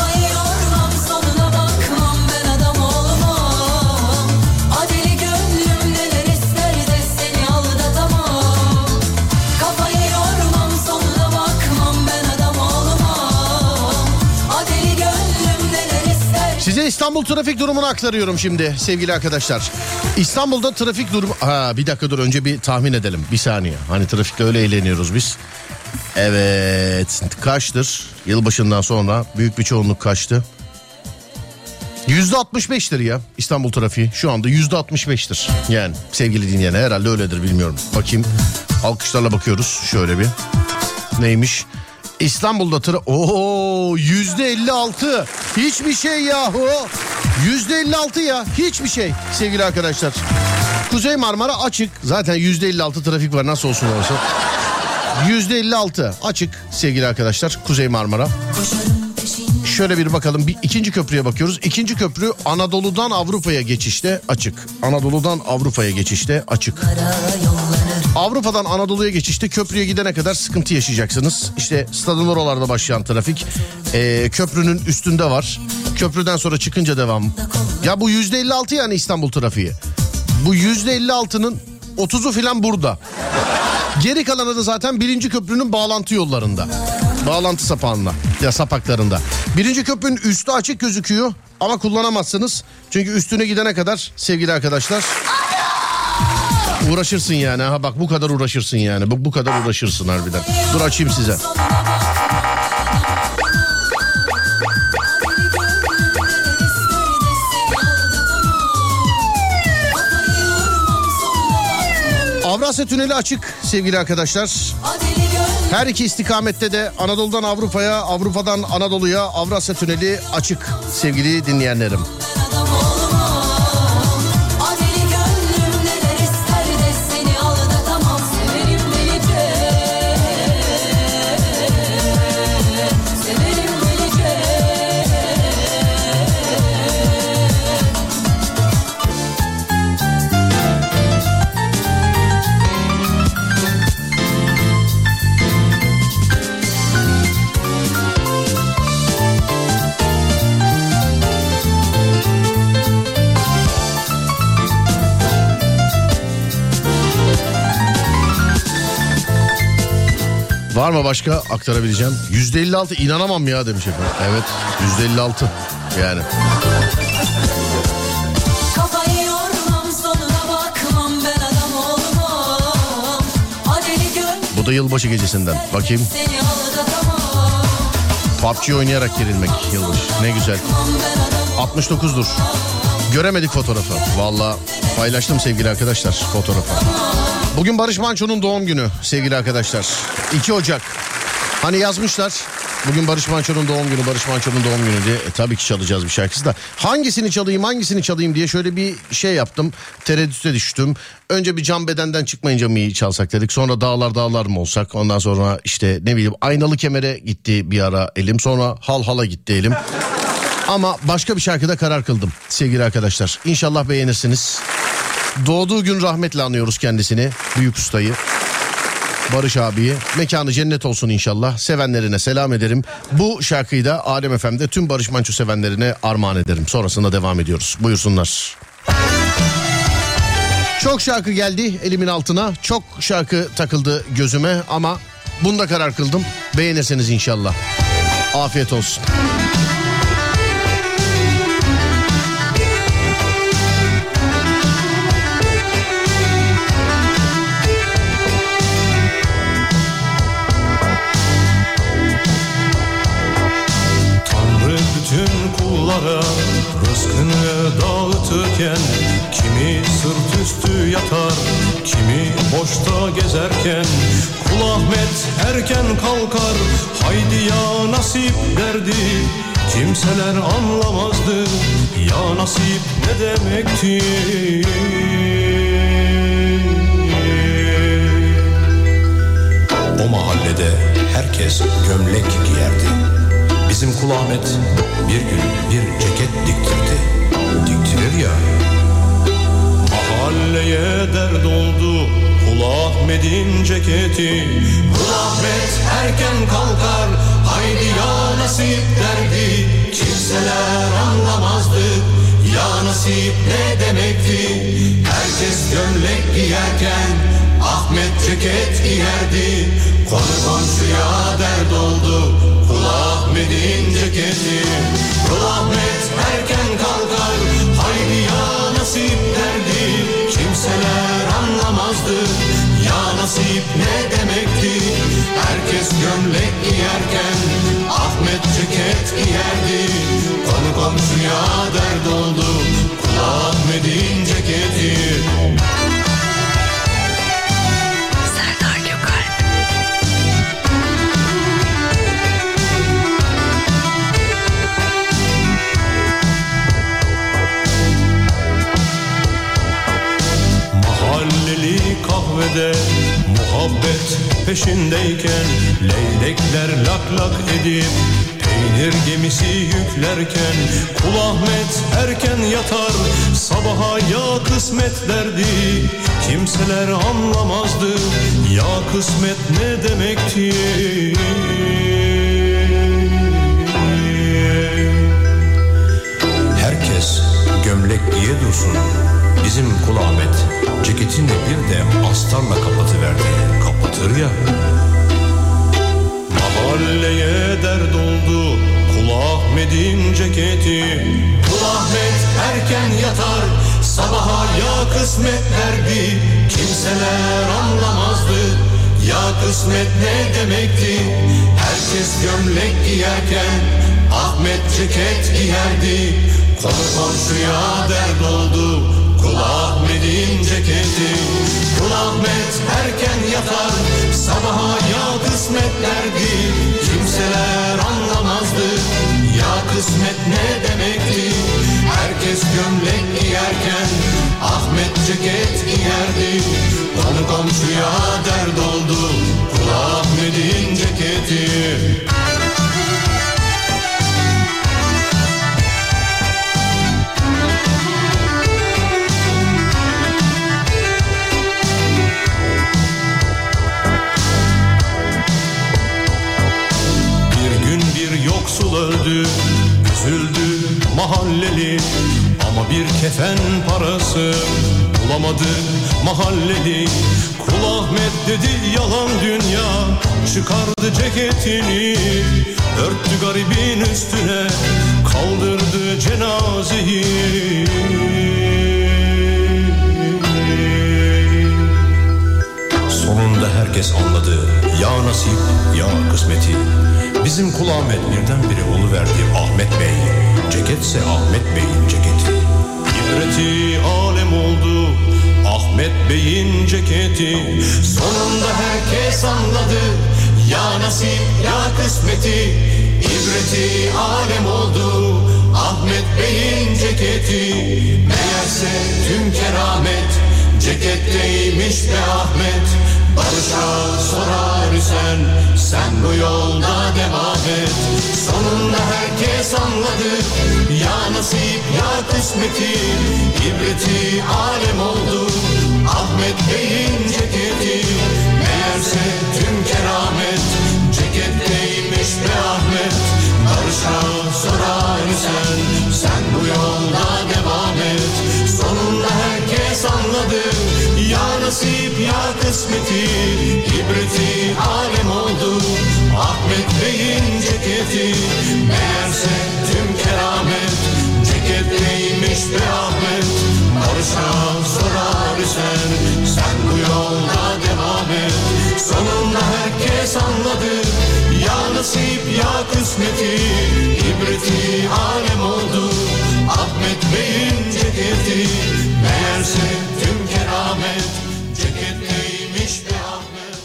Size İstanbul trafik durumunu aktarıyorum şimdi sevgili arkadaşlar. İstanbul'da trafik durumu... bir dakika dur, önce bir tahmin edelim. Bir saniye. Hani trafikte öyle eğleniyoruz biz. Evet. Kaçtır? Yılbaşından sonra büyük bir çoğunluk kaçtı? %65'tir ya İstanbul trafiği. Şu anda %65'tir. Yani sevgili dinleyen, herhalde öyledir, bilmiyorum. Bakayım. Alkışlarla bakıyoruz. Şöyle bir. Neymiş? İstanbul'da %56. Hiçbir şey yahu. %56 ya. Hiçbir şey sevgili arkadaşlar. Kuzey Marmara açık. Zaten %56 trafik var, nasıl olsun olsa. %56 açık sevgili arkadaşlar Kuzey Marmara. Şöyle bir bakalım. İkinci köprüye bakıyoruz. İkinci köprü Anadolu'dan Avrupa'ya geçişte açık. Anadolu'dan Avrupa'ya geçişte açık. Avrupa'dan Anadolu'ya geçişte köprüye gidene kadar sıkıntı yaşayacaksınız. İşte stadın oralarda başlayan trafik köprünün üstünde var. Köprüden sonra çıkınca devam. Ya bu %56 yani İstanbul trafiği. Bu %56'nın 30'u filan burada. Geri kalanı da zaten birinci köprünün bağlantı yollarında. Bağlantı sapağında ya sapaklarında. Birinci köprünün üstü açık gözüküyor ama kullanamazsınız. Çünkü üstüne gidene kadar sevgili arkadaşlar uğraşırsın yani. Ha bak, bu kadar uğraşırsın yani. Bu kadar uğraşırsın harbiden. Dur açayım size. Avrasya Tüneli açık sevgili arkadaşlar. Her iki istikamette de Anadolu'dan Avrupa'ya, Avrupa'dan Anadolu'ya Avrasya Tüneli açık sevgili dinleyenlerim. Var mı başka aktarabileceğim? %56 inanamam ya demiş efendim. Evet, %56 yani. Kafayı yormam, sonuna bakmam, ben adam olmam. Adeli gönlüm Bu da yılbaşı gecesinden. Bakayım. seni aldatamam. PUBG oynayarak gerilmek yılbaşı. Ne güzel. 69'dur. Göremedik fotoğrafı. Valla paylaştım sevgili arkadaşlar fotoğrafı. Bugün Barış Manço'nun doğum günü sevgili arkadaşlar. 2 Ocak. Hani yazmışlar. Bugün Barış Manço'nun doğum günü, Barış Manço'nun doğum günü diye. Tabii ki çalacağız bir şarkısı da. Hangisini çalayım diye şöyle bir şey yaptım. Tereddüte düştüm. Önce bir Can Beden'den çıkmayınca mı iyi çalsak dedik. Sonra Dağlar mı olsak. Ondan sonra işte ne bileyim Aynalı Kemer'e gitti bir ara elim. Sonra Hala gitti elim. Ama başka bir şarkıda karar kıldım sevgili arkadaşlar. İnşallah beğenirsiniz. Doğduğu gün rahmetle anıyoruz kendisini. Büyük ustayı. Barış abiyi. Mekanı cennet olsun inşallah. Sevenlerine selam ederim. Bu şarkıyı da Alem FM'de tüm Barış Manço sevenlerine armağan ederim. Sonrasında devam ediyoruz. Buyursunlar. Çok şarkı geldi elimin altına. Çok şarkı takıldı gözüme ama bunda karar kıldım. Beğenirseniz inşallah. Afiyet olsun. Bütün kullara rızkını dağıtırken kimi sırt üstü yatar, kimi boşta gezerken Kul Ahmet erken kalkar, haydi ya nasip derdi. Kimseler anlamazdı ya nasip ne demekti. O mahallede herkes gömlek giyerdi. Bizim Kul Ahmet bir gün bir ceket diktirdi. Diktirir ya. Mahalleye dert oldu Kul Ahmet'in ceketi. Kul Ahmet erken kalkar, haydi ya nasip derdi. Kimseler anlamazdı ya nasip ne demekti. Herkes gömlek giyerken Ahmet ceket giyerdi. Konu komşuya dert oldu Kul Ahmet'in ceketi. Kul Ahmet erken kalkar, haydi ya nasip derdi. Kimseler anlamazdı ya nasip ne demekti. Herkes gömlek giyerken Ahmet ceket giyerdi. Konu komşuya dert oldu Kul Ahmet'in ceketi. Kahvede muhabbet peşindeyken leylekler lak lak edip peynir gemisi yüklerken Kul Ahmet erken yatar, sabaha ya kısmet derdi. Kimseler anlamazdı ya kısmet ne demekti. Herkes gömlek giye dursun. Bizim Kul Ahmet ceketini bir de astarla kapatıverdi. Kapatır ya. Mahalleye dert oldu Kul Ahmet'in ceketi. Kul Ahmet erken yatar, sabaha ya kısmet derdi. Kimseler anlamazdı ya kısmet ne demekti. Herkes gömlek giyerken Ahmet ceket giyerdi. Konu komşuya dert oldu Kul Ahmet'in ceketi. Kul Ahmet erken yatar, sabaha ya kısmet derdi. Kimseler anlamazdı ya kısmet ne demekti. Herkes gömlek giyerken Ahmet ceket giyerdi. Konu komşuya dert oldu Kul Ahmet'in ceketi. Yoksul öldü, üzüldü mahalleli ama bir kefen parası bulamadı mahalleli. Kul Ahmet dedi yalan dünya, çıkardı ceketini, örttü garibin üstüne, kaldırdı cenazeyi. Sonunda herkes anladı ya nasip ya kısmeti. Bizim Kul Ahmet birdenbire oluverdi Ahmet Bey, ceketse Ahmet Bey'in ceketi. İbreti alem oldu Ahmet Bey'in ceketi. Sonunda herkes anladı ya nasip ya kısmeti. İbreti alem oldu Ahmet Bey'in ceketi. Meğerse tüm keramet ceketteymiş be Ahmet. Barış'a sorar isen sen bu yolda devam et. Sonunda herkes anladı ya nasip ya kısmeti. İbreti alem oldu Ahmet Bey'in ceketi. Meğerse tüm keramet ceketteymiş be Ahmet. Barış'a sorar isen sen bu yolda devam et. Sonunda herkes anladı ya nasip ya kısmeti. İbreti alem oldu Ahmet Bey'in ceketi. Meğerse tüm keramet ceketteymiş be Ahmet. Barış'a sorar isen sen bu yolda devam et. Sonunda herkes anladı ya nasip ya kısmeti. İbreti alem oldu Ahmet Bey'in ceketi. Meğerse tüm keramet ceketteymiş be Ahmet.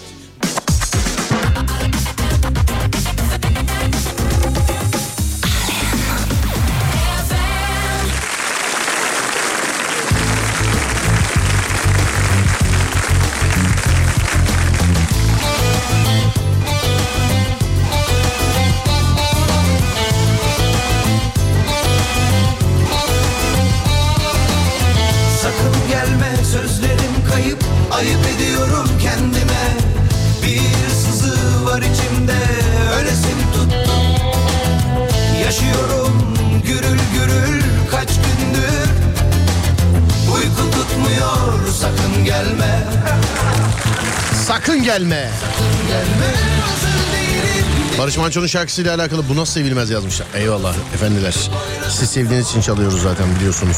Sakın gelme sözlerim kayıp, ayıp ediyorum kendime. Bir sızı var içimde, ölesim tuttu. Yaşıyorum gürül gürül kaç gündür. Uyku tutmuyor, sakın gelme. Sakın gelme. Sakın gelme, hazır değilim. Barış Manço'nun şarkısıyla alakalı bu nasıl sevilmez yazmışlar. Eyvallah efendiler. Siz sevdiğiniz için çalıyoruz zaten biliyorsunuz.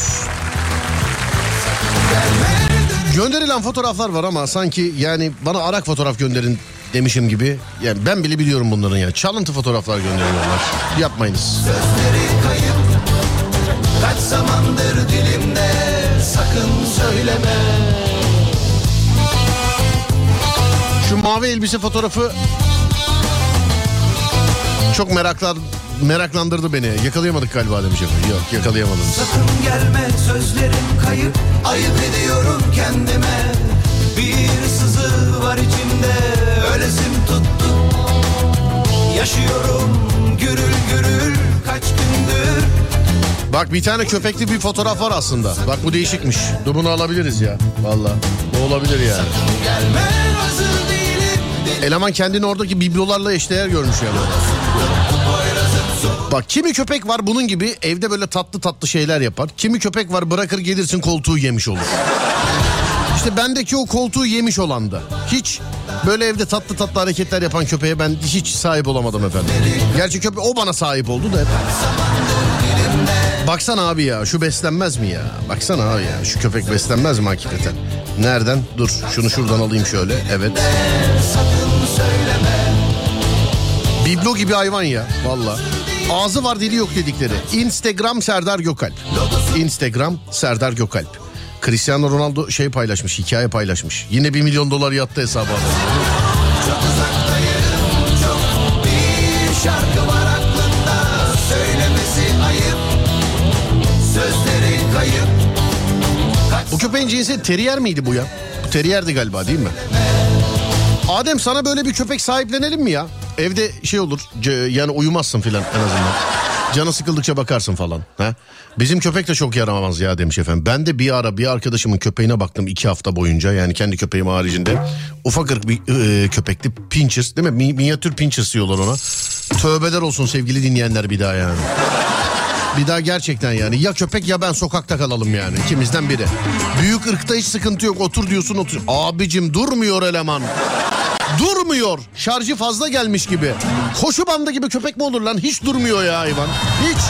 Gönderilen fotoğraflar var ama sanki yani bana arak fotoğraf gönderin demişim gibi. Yani ben bile biliyorum bunların ya. Çalıntı fotoğraflar gönderiyorlar. Yapmayınız. Sözleri kayıp, kaç zamandır dilimde, sakın söyleme. Şu mavi elbise fotoğrafı çok meraklandırdı beni. Yakalayamadık galiba demiş efendim. Yok yakalayamadım. Sakın gelme sözlerim kayıp, ayıp ediyorum kendime. Bir sızı var içimde, ölesim tuttu. Yaşıyorum gürül gürül kaç gündür. Bak bir tane köpekli bir fotoğraf var aslında. Bak bu değişikmiş. Dur bunu alabiliriz ya. Vallahi bu olabilir yani. Sakın gelme, hazır değilim. Eleman kendini oradaki biblolarla eşdeğer görmüş yani. Bak kimi köpek var bunun gibi evde böyle tatlı tatlı şeyler yapar. Kimi köpek var bırakır gelirsin koltuğu yemiş olur. İşte bendeki o koltuğu yemiş olan da. Hiç böyle evde tatlı tatlı hareketler yapan köpeğe ben hiç sahip olamadım efendim. Gerçi köpek o bana sahip oldu da hep. Baksana abi ya şu beslenmez mi ya? Baksana abi ya şu köpek beslenmez mi hakikaten? Nereden? Dur şunu şuradan alayım şöyle. Evet. Biblo gibi hayvan ya valla. Ağzı var dili yok dedikleri. Instagram Serdar Gökalp. Instagram Serdar Gökalp. Cristiano Ronaldo şey paylaşmış, hikaye paylaşmış. Yine $1 milyon yattı hesaba. Çok uzaktayım, çok bir şarkı var aklımda. Söylemesi ayıp, sözleri kayıp. Bu köpeğin cinsi terrier miydi bu ya? Bu terrierdi galiba değil mi? Adem sana böyle bir köpek sahiplenelim mi ya? Evde şey olur yani uyumazsın filan en azından. Canı sıkıldıkça bakarsın falan. Ha? Bizim köpek de çok yaramaz ya demiş efendim. Ben de bir ara bir arkadaşımın köpeğine baktım 2 hafta boyunca. Yani kendi köpeğim haricinde. Ufak ırk bir köpekti. Pincher değil mi? Minyatür Pincher diyorlar ona. Tövbeler olsun sevgili dinleyenler bir daha yani. Bir daha gerçekten yani ya köpek ya ben sokakta kalalım yani, ikimizden biri. Büyük ırkta hiç sıkıntı yok, otur diyorsun otur. Abicim durmuyor eleman. Durmuyor. Şarjı fazla gelmiş gibi. Koşu bandı gibi köpek mi olur lan? Hiç durmuyor ya hayvan. Hiç.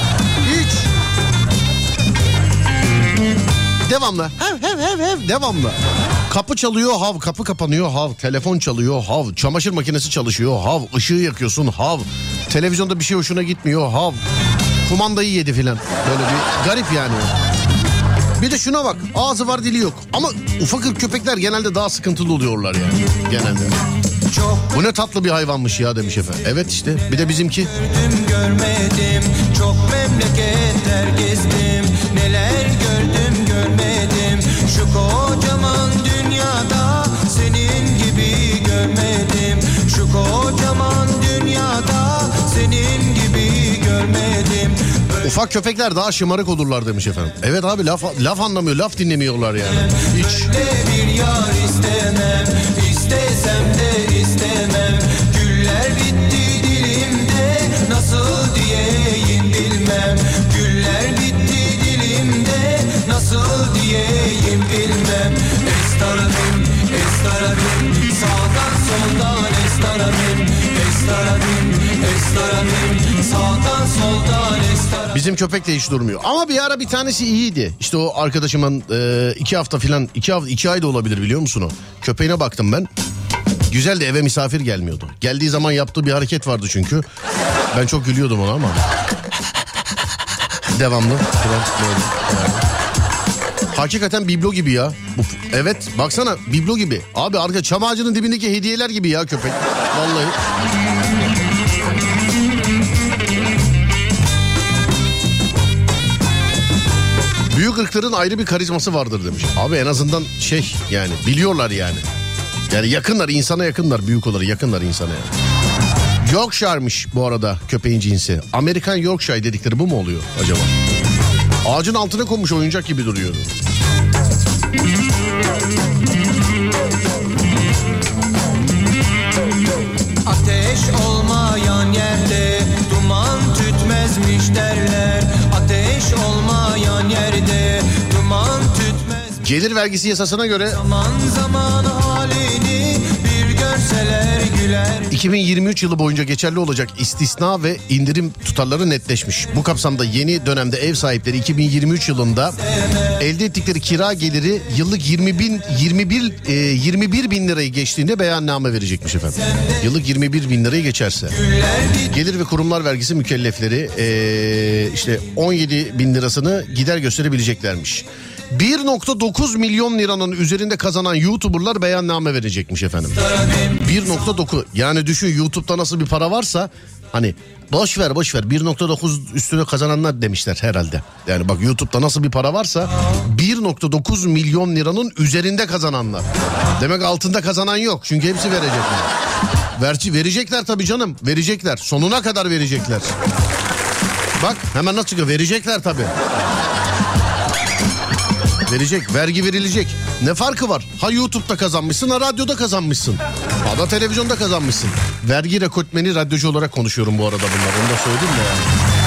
Devamlı. Hev. Devamlı. Kapı çalıyor hav, kapı kapanıyor hav, telefon çalıyor hav, çamaşır makinesi çalışıyor hav, ışığı yakıyorsun hav, televizyonda bir şey hoşuna gitmiyor hav, kumandayı yedi filan. Böyle bir garip yani. Bir de şuna bak, ağzı var dili yok ama ufak ırk köpekler genelde daha sıkıntılı oluyorlar yani genelde. Bu ne tatlı bir hayvanmış ya demiş efendim. Evet işte bir de bizimki. Görmedim, çok memleketler gezdim, neler gördüm görmedim, şu kocaman dünyada senin gibi görmedim, şu kocaman dünyada senin gibi görmedim. Ufak köpekler daha şımarık olurlar demiş efendim. Evet abi laf anlamıyor, laf dinlemiyorlar yani. Hiç. Bir yar istemem, istesem de istemem, güller bitti dilimde, nasıl diyeyim bilmem, güller bitti dilimde, nasıl diyeyim bilmem. Estarabim, estarabim, sağdan soldan estarabim, estarabim, estarabim, sağdan soldan estarabim. Bizim köpek de hiç durmuyor. Ama bir ara bir tanesi iyiydi. İşte o arkadaşımın 2 hafta filan, 2 ay da olabilir biliyor musun o? Köpeğine baktım ben. Güzel de eve misafir gelmiyordu. Geldiği zaman yaptığı bir hareket vardı çünkü. Ben çok gülüyordum ona ama. Devamlı. Hakikaten biblo gibi ya. Evet baksana biblo gibi. Abi arka çam ağacının dibindeki hediyeler gibi ya köpek. Vallahi. Büyük ırkların ayrı bir karizması vardır demiş. Abi en azından yani biliyorlar yani. Yani yakınlar, insana yakınlar, büyük olarak yakınlar insana yani. Yorkshire'mış bu arada köpeğin cinsi. Amerikan Yorkshire dedikleri bu mu oluyor acaba? Ağacın altına konmuş oyuncak gibi duruyor. Ateş olmayan yerde duman tütmezmiş derler. Ateş olmayan yerde duman tütmez. Gelir vergisi yasasına göre Zaman zaman halini bir görseler güler. 2023 yılı boyunca geçerli olacak istisna ve indirim tutarları netleşmiş. Bu kapsamda yeni dönemde ev sahipleri 2023 yılında elde ettikleri kira geliri yıllık 21 bin lirayı geçtiğinde beyanname verecekmiş efendim. Yıllık 21 bin lirayı geçerse. Gelir ve kurumlar vergisi mükellefleri işte 17 bin lirasını gider gösterebileceklermiş. 1.9 milyon liranın üzerinde kazanan YouTuber'lar beyanname verecekmiş efendim. 1.9 yani düşün YouTube'da nasıl bir para varsa hani boş ver 1.9 üstüne kazananlar demişler herhalde. Yani bak YouTube'da nasıl bir para varsa 1.9 milyon liranın üzerinde kazananlar. Demek altında kazanan yok çünkü hepsi verecekler. Verecekler tabii canım, verecekler, sonuna kadar verecekler. Bak hemen nasıl çıkıyor, verecekler tabii. Verecek, vergi verilecek. Ne farkı var? Ha YouTube'da kazanmışsın, ha radyoda kazanmışsın. Ha da televizyonda kazanmışsın. Vergi rekortmeni radyocu olarak konuşuyorum bu arada bunlar. Onu da söyleyeyim de yani.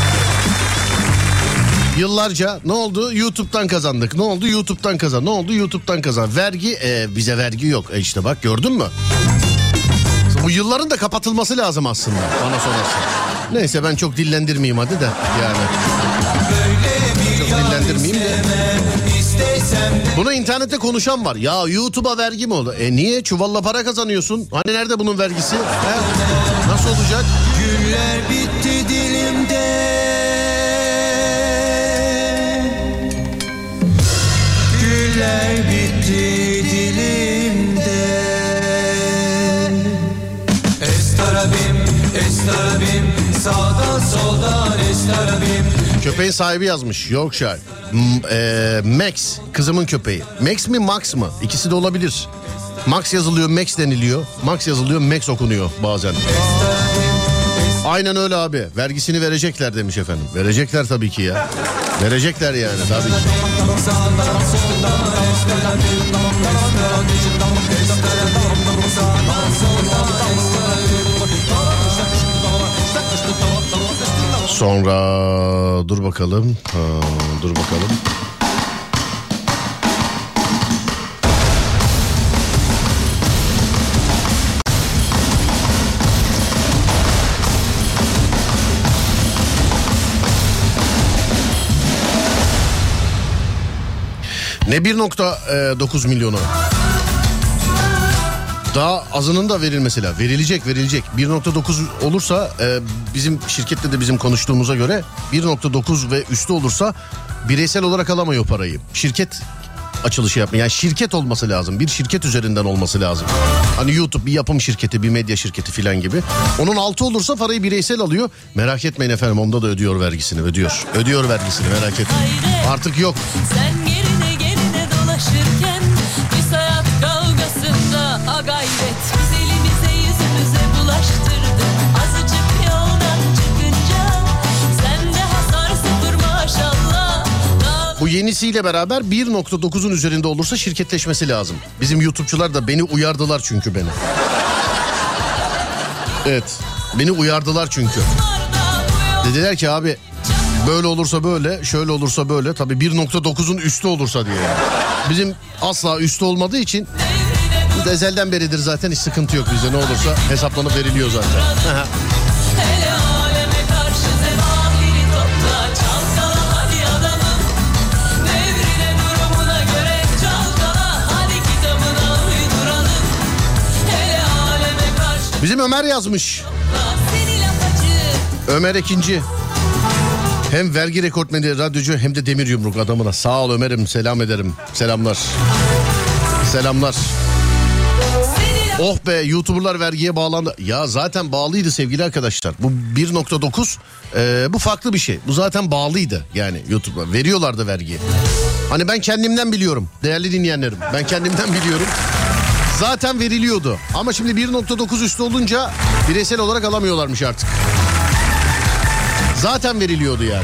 Yıllarca ne oldu? YouTube'dan kazandık. Ne oldu? YouTube'dan kazan. Ne oldu? YouTube'dan kazan. Vergi, bize vergi yok. İşte bak gördün mü? Bu yılların da kapatılması lazım aslında bana sorarsan. Neyse ben çok dillendirmeyeyim hadi de yani. Çok dillendirmeyeyim de. Buna internette konuşan var. Ya YouTube'a vergi mi oldu? Niye? Çuvalla para kazanıyorsun. Hani nerede bunun vergisi? He? Nasıl olacak? Güller bitti dilimde. Güller bitti dilimde. Estarabim, estarabim, sağdan soldan estarabim. Köpeğin sahibi yazmış Yorkshire. Max, kızımın köpeği. Max mi Max mı? İkisi de olabilir. Max yazılıyor, Max deniliyor. Max yazılıyor, Max okunuyor bazen. Aynen öyle abi. Vergisini verecekler demiş efendim. Verecekler tabii ki ya. Verecekler yani tabii ki. Sonra dur bakalım. Ne 1.9 milyonu? Daha azının da verilmesi lazım. Verilecek. 1.9 olursa bizim şirkette de bizim konuştuğumuza göre 1.9 ve üstü olursa bireysel olarak alamıyor parayı. Şirket açılışı yapmıyor. Yani şirket olması lazım. Bir şirket üzerinden olması lazım. Hani YouTube bir yapım şirketi, bir medya şirketi filan gibi. Onun altı olursa parayı bireysel alıyor. Merak etmeyin efendim, onda da ödüyor vergisini. Ödüyor vergisini, merak etmeyin. Artık yok. Sen gerine dolaşırken biz hayat kavgasında gayret. Biz elimize yüzümüze bulaştırdık. Azıcık yoldan çıkınca sende hasar sıfır maşallah. Bu yenisiyle beraber 1.9'un üzerinde olursa şirketleşmesi lazım. Bizim YouTube'cular da beni uyardılar çünkü beni. Evet, beni uyardılar çünkü. Dediler ki abi böyle olursa böyle, şöyle olursa böyle. Tabii 1.9'un üstü olursa diye. Bizim asla üstü olmadığı için bu ezelden beridir zaten, hiç sıkıntı yok bizde. Ne olursa hesaplanıp veriliyor zaten. Hele aleme karşı zevahiri topla çalkala hadi adamım. Devrine durumuna göre çalkala hadi kitabına uyduralım. Hele aleme karşı Bizim Ömer yazmış. seni lafacı. Ömer Ekinci. Hem vergi rekortmeni radyocu hem de demir yumruk adamına. Sağ ol Ömer'im, selam ederim. Selamlar. Oh be, YouTuber'lar vergiye bağlandı. Ya zaten bağlıydı sevgili arkadaşlar. Bu 1.9 bu farklı bir şey. Bu zaten bağlıydı yani YouTube'lar. Veriyorlardı vergiyi. Hani ben kendimden biliyorum değerli dinleyenlerim. Ben kendimden biliyorum. Zaten veriliyordu. Ama şimdi 1.9 üstü olunca bireysel olarak alamıyorlarmış artık. Zaten veriliyordu yani.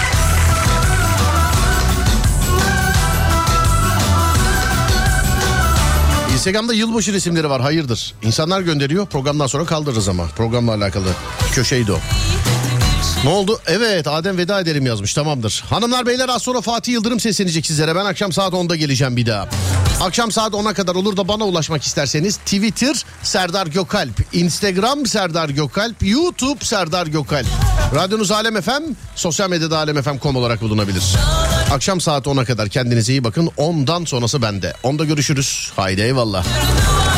Instagram'da yılbaşı resimleri var, hayırdır? İnsanlar gönderiyor, programdan sonra kaldırırız ama. Programla alakalı köşeydi o. Ne oldu? Evet, Adem veda ederim yazmış, tamamdır. Hanımlar beyler, az sonra Fatih Yıldırım seslenecek sizlere. Ben akşam saat 10'da geleceğim bir daha. Akşam saat 10'a kadar olur da bana ulaşmak isterseniz Twitter Serdar Gökalp, Instagram Serdar Gökalp, YouTube Serdar Gökalp. Radyonuz Alem FM, sosyal medyada alemfm.com olarak bulunabilir. Akşam saat 10'a kadar kendinize iyi bakın. 10'dan sonrası bende. 10'da görüşürüz. Haydi eyvallah.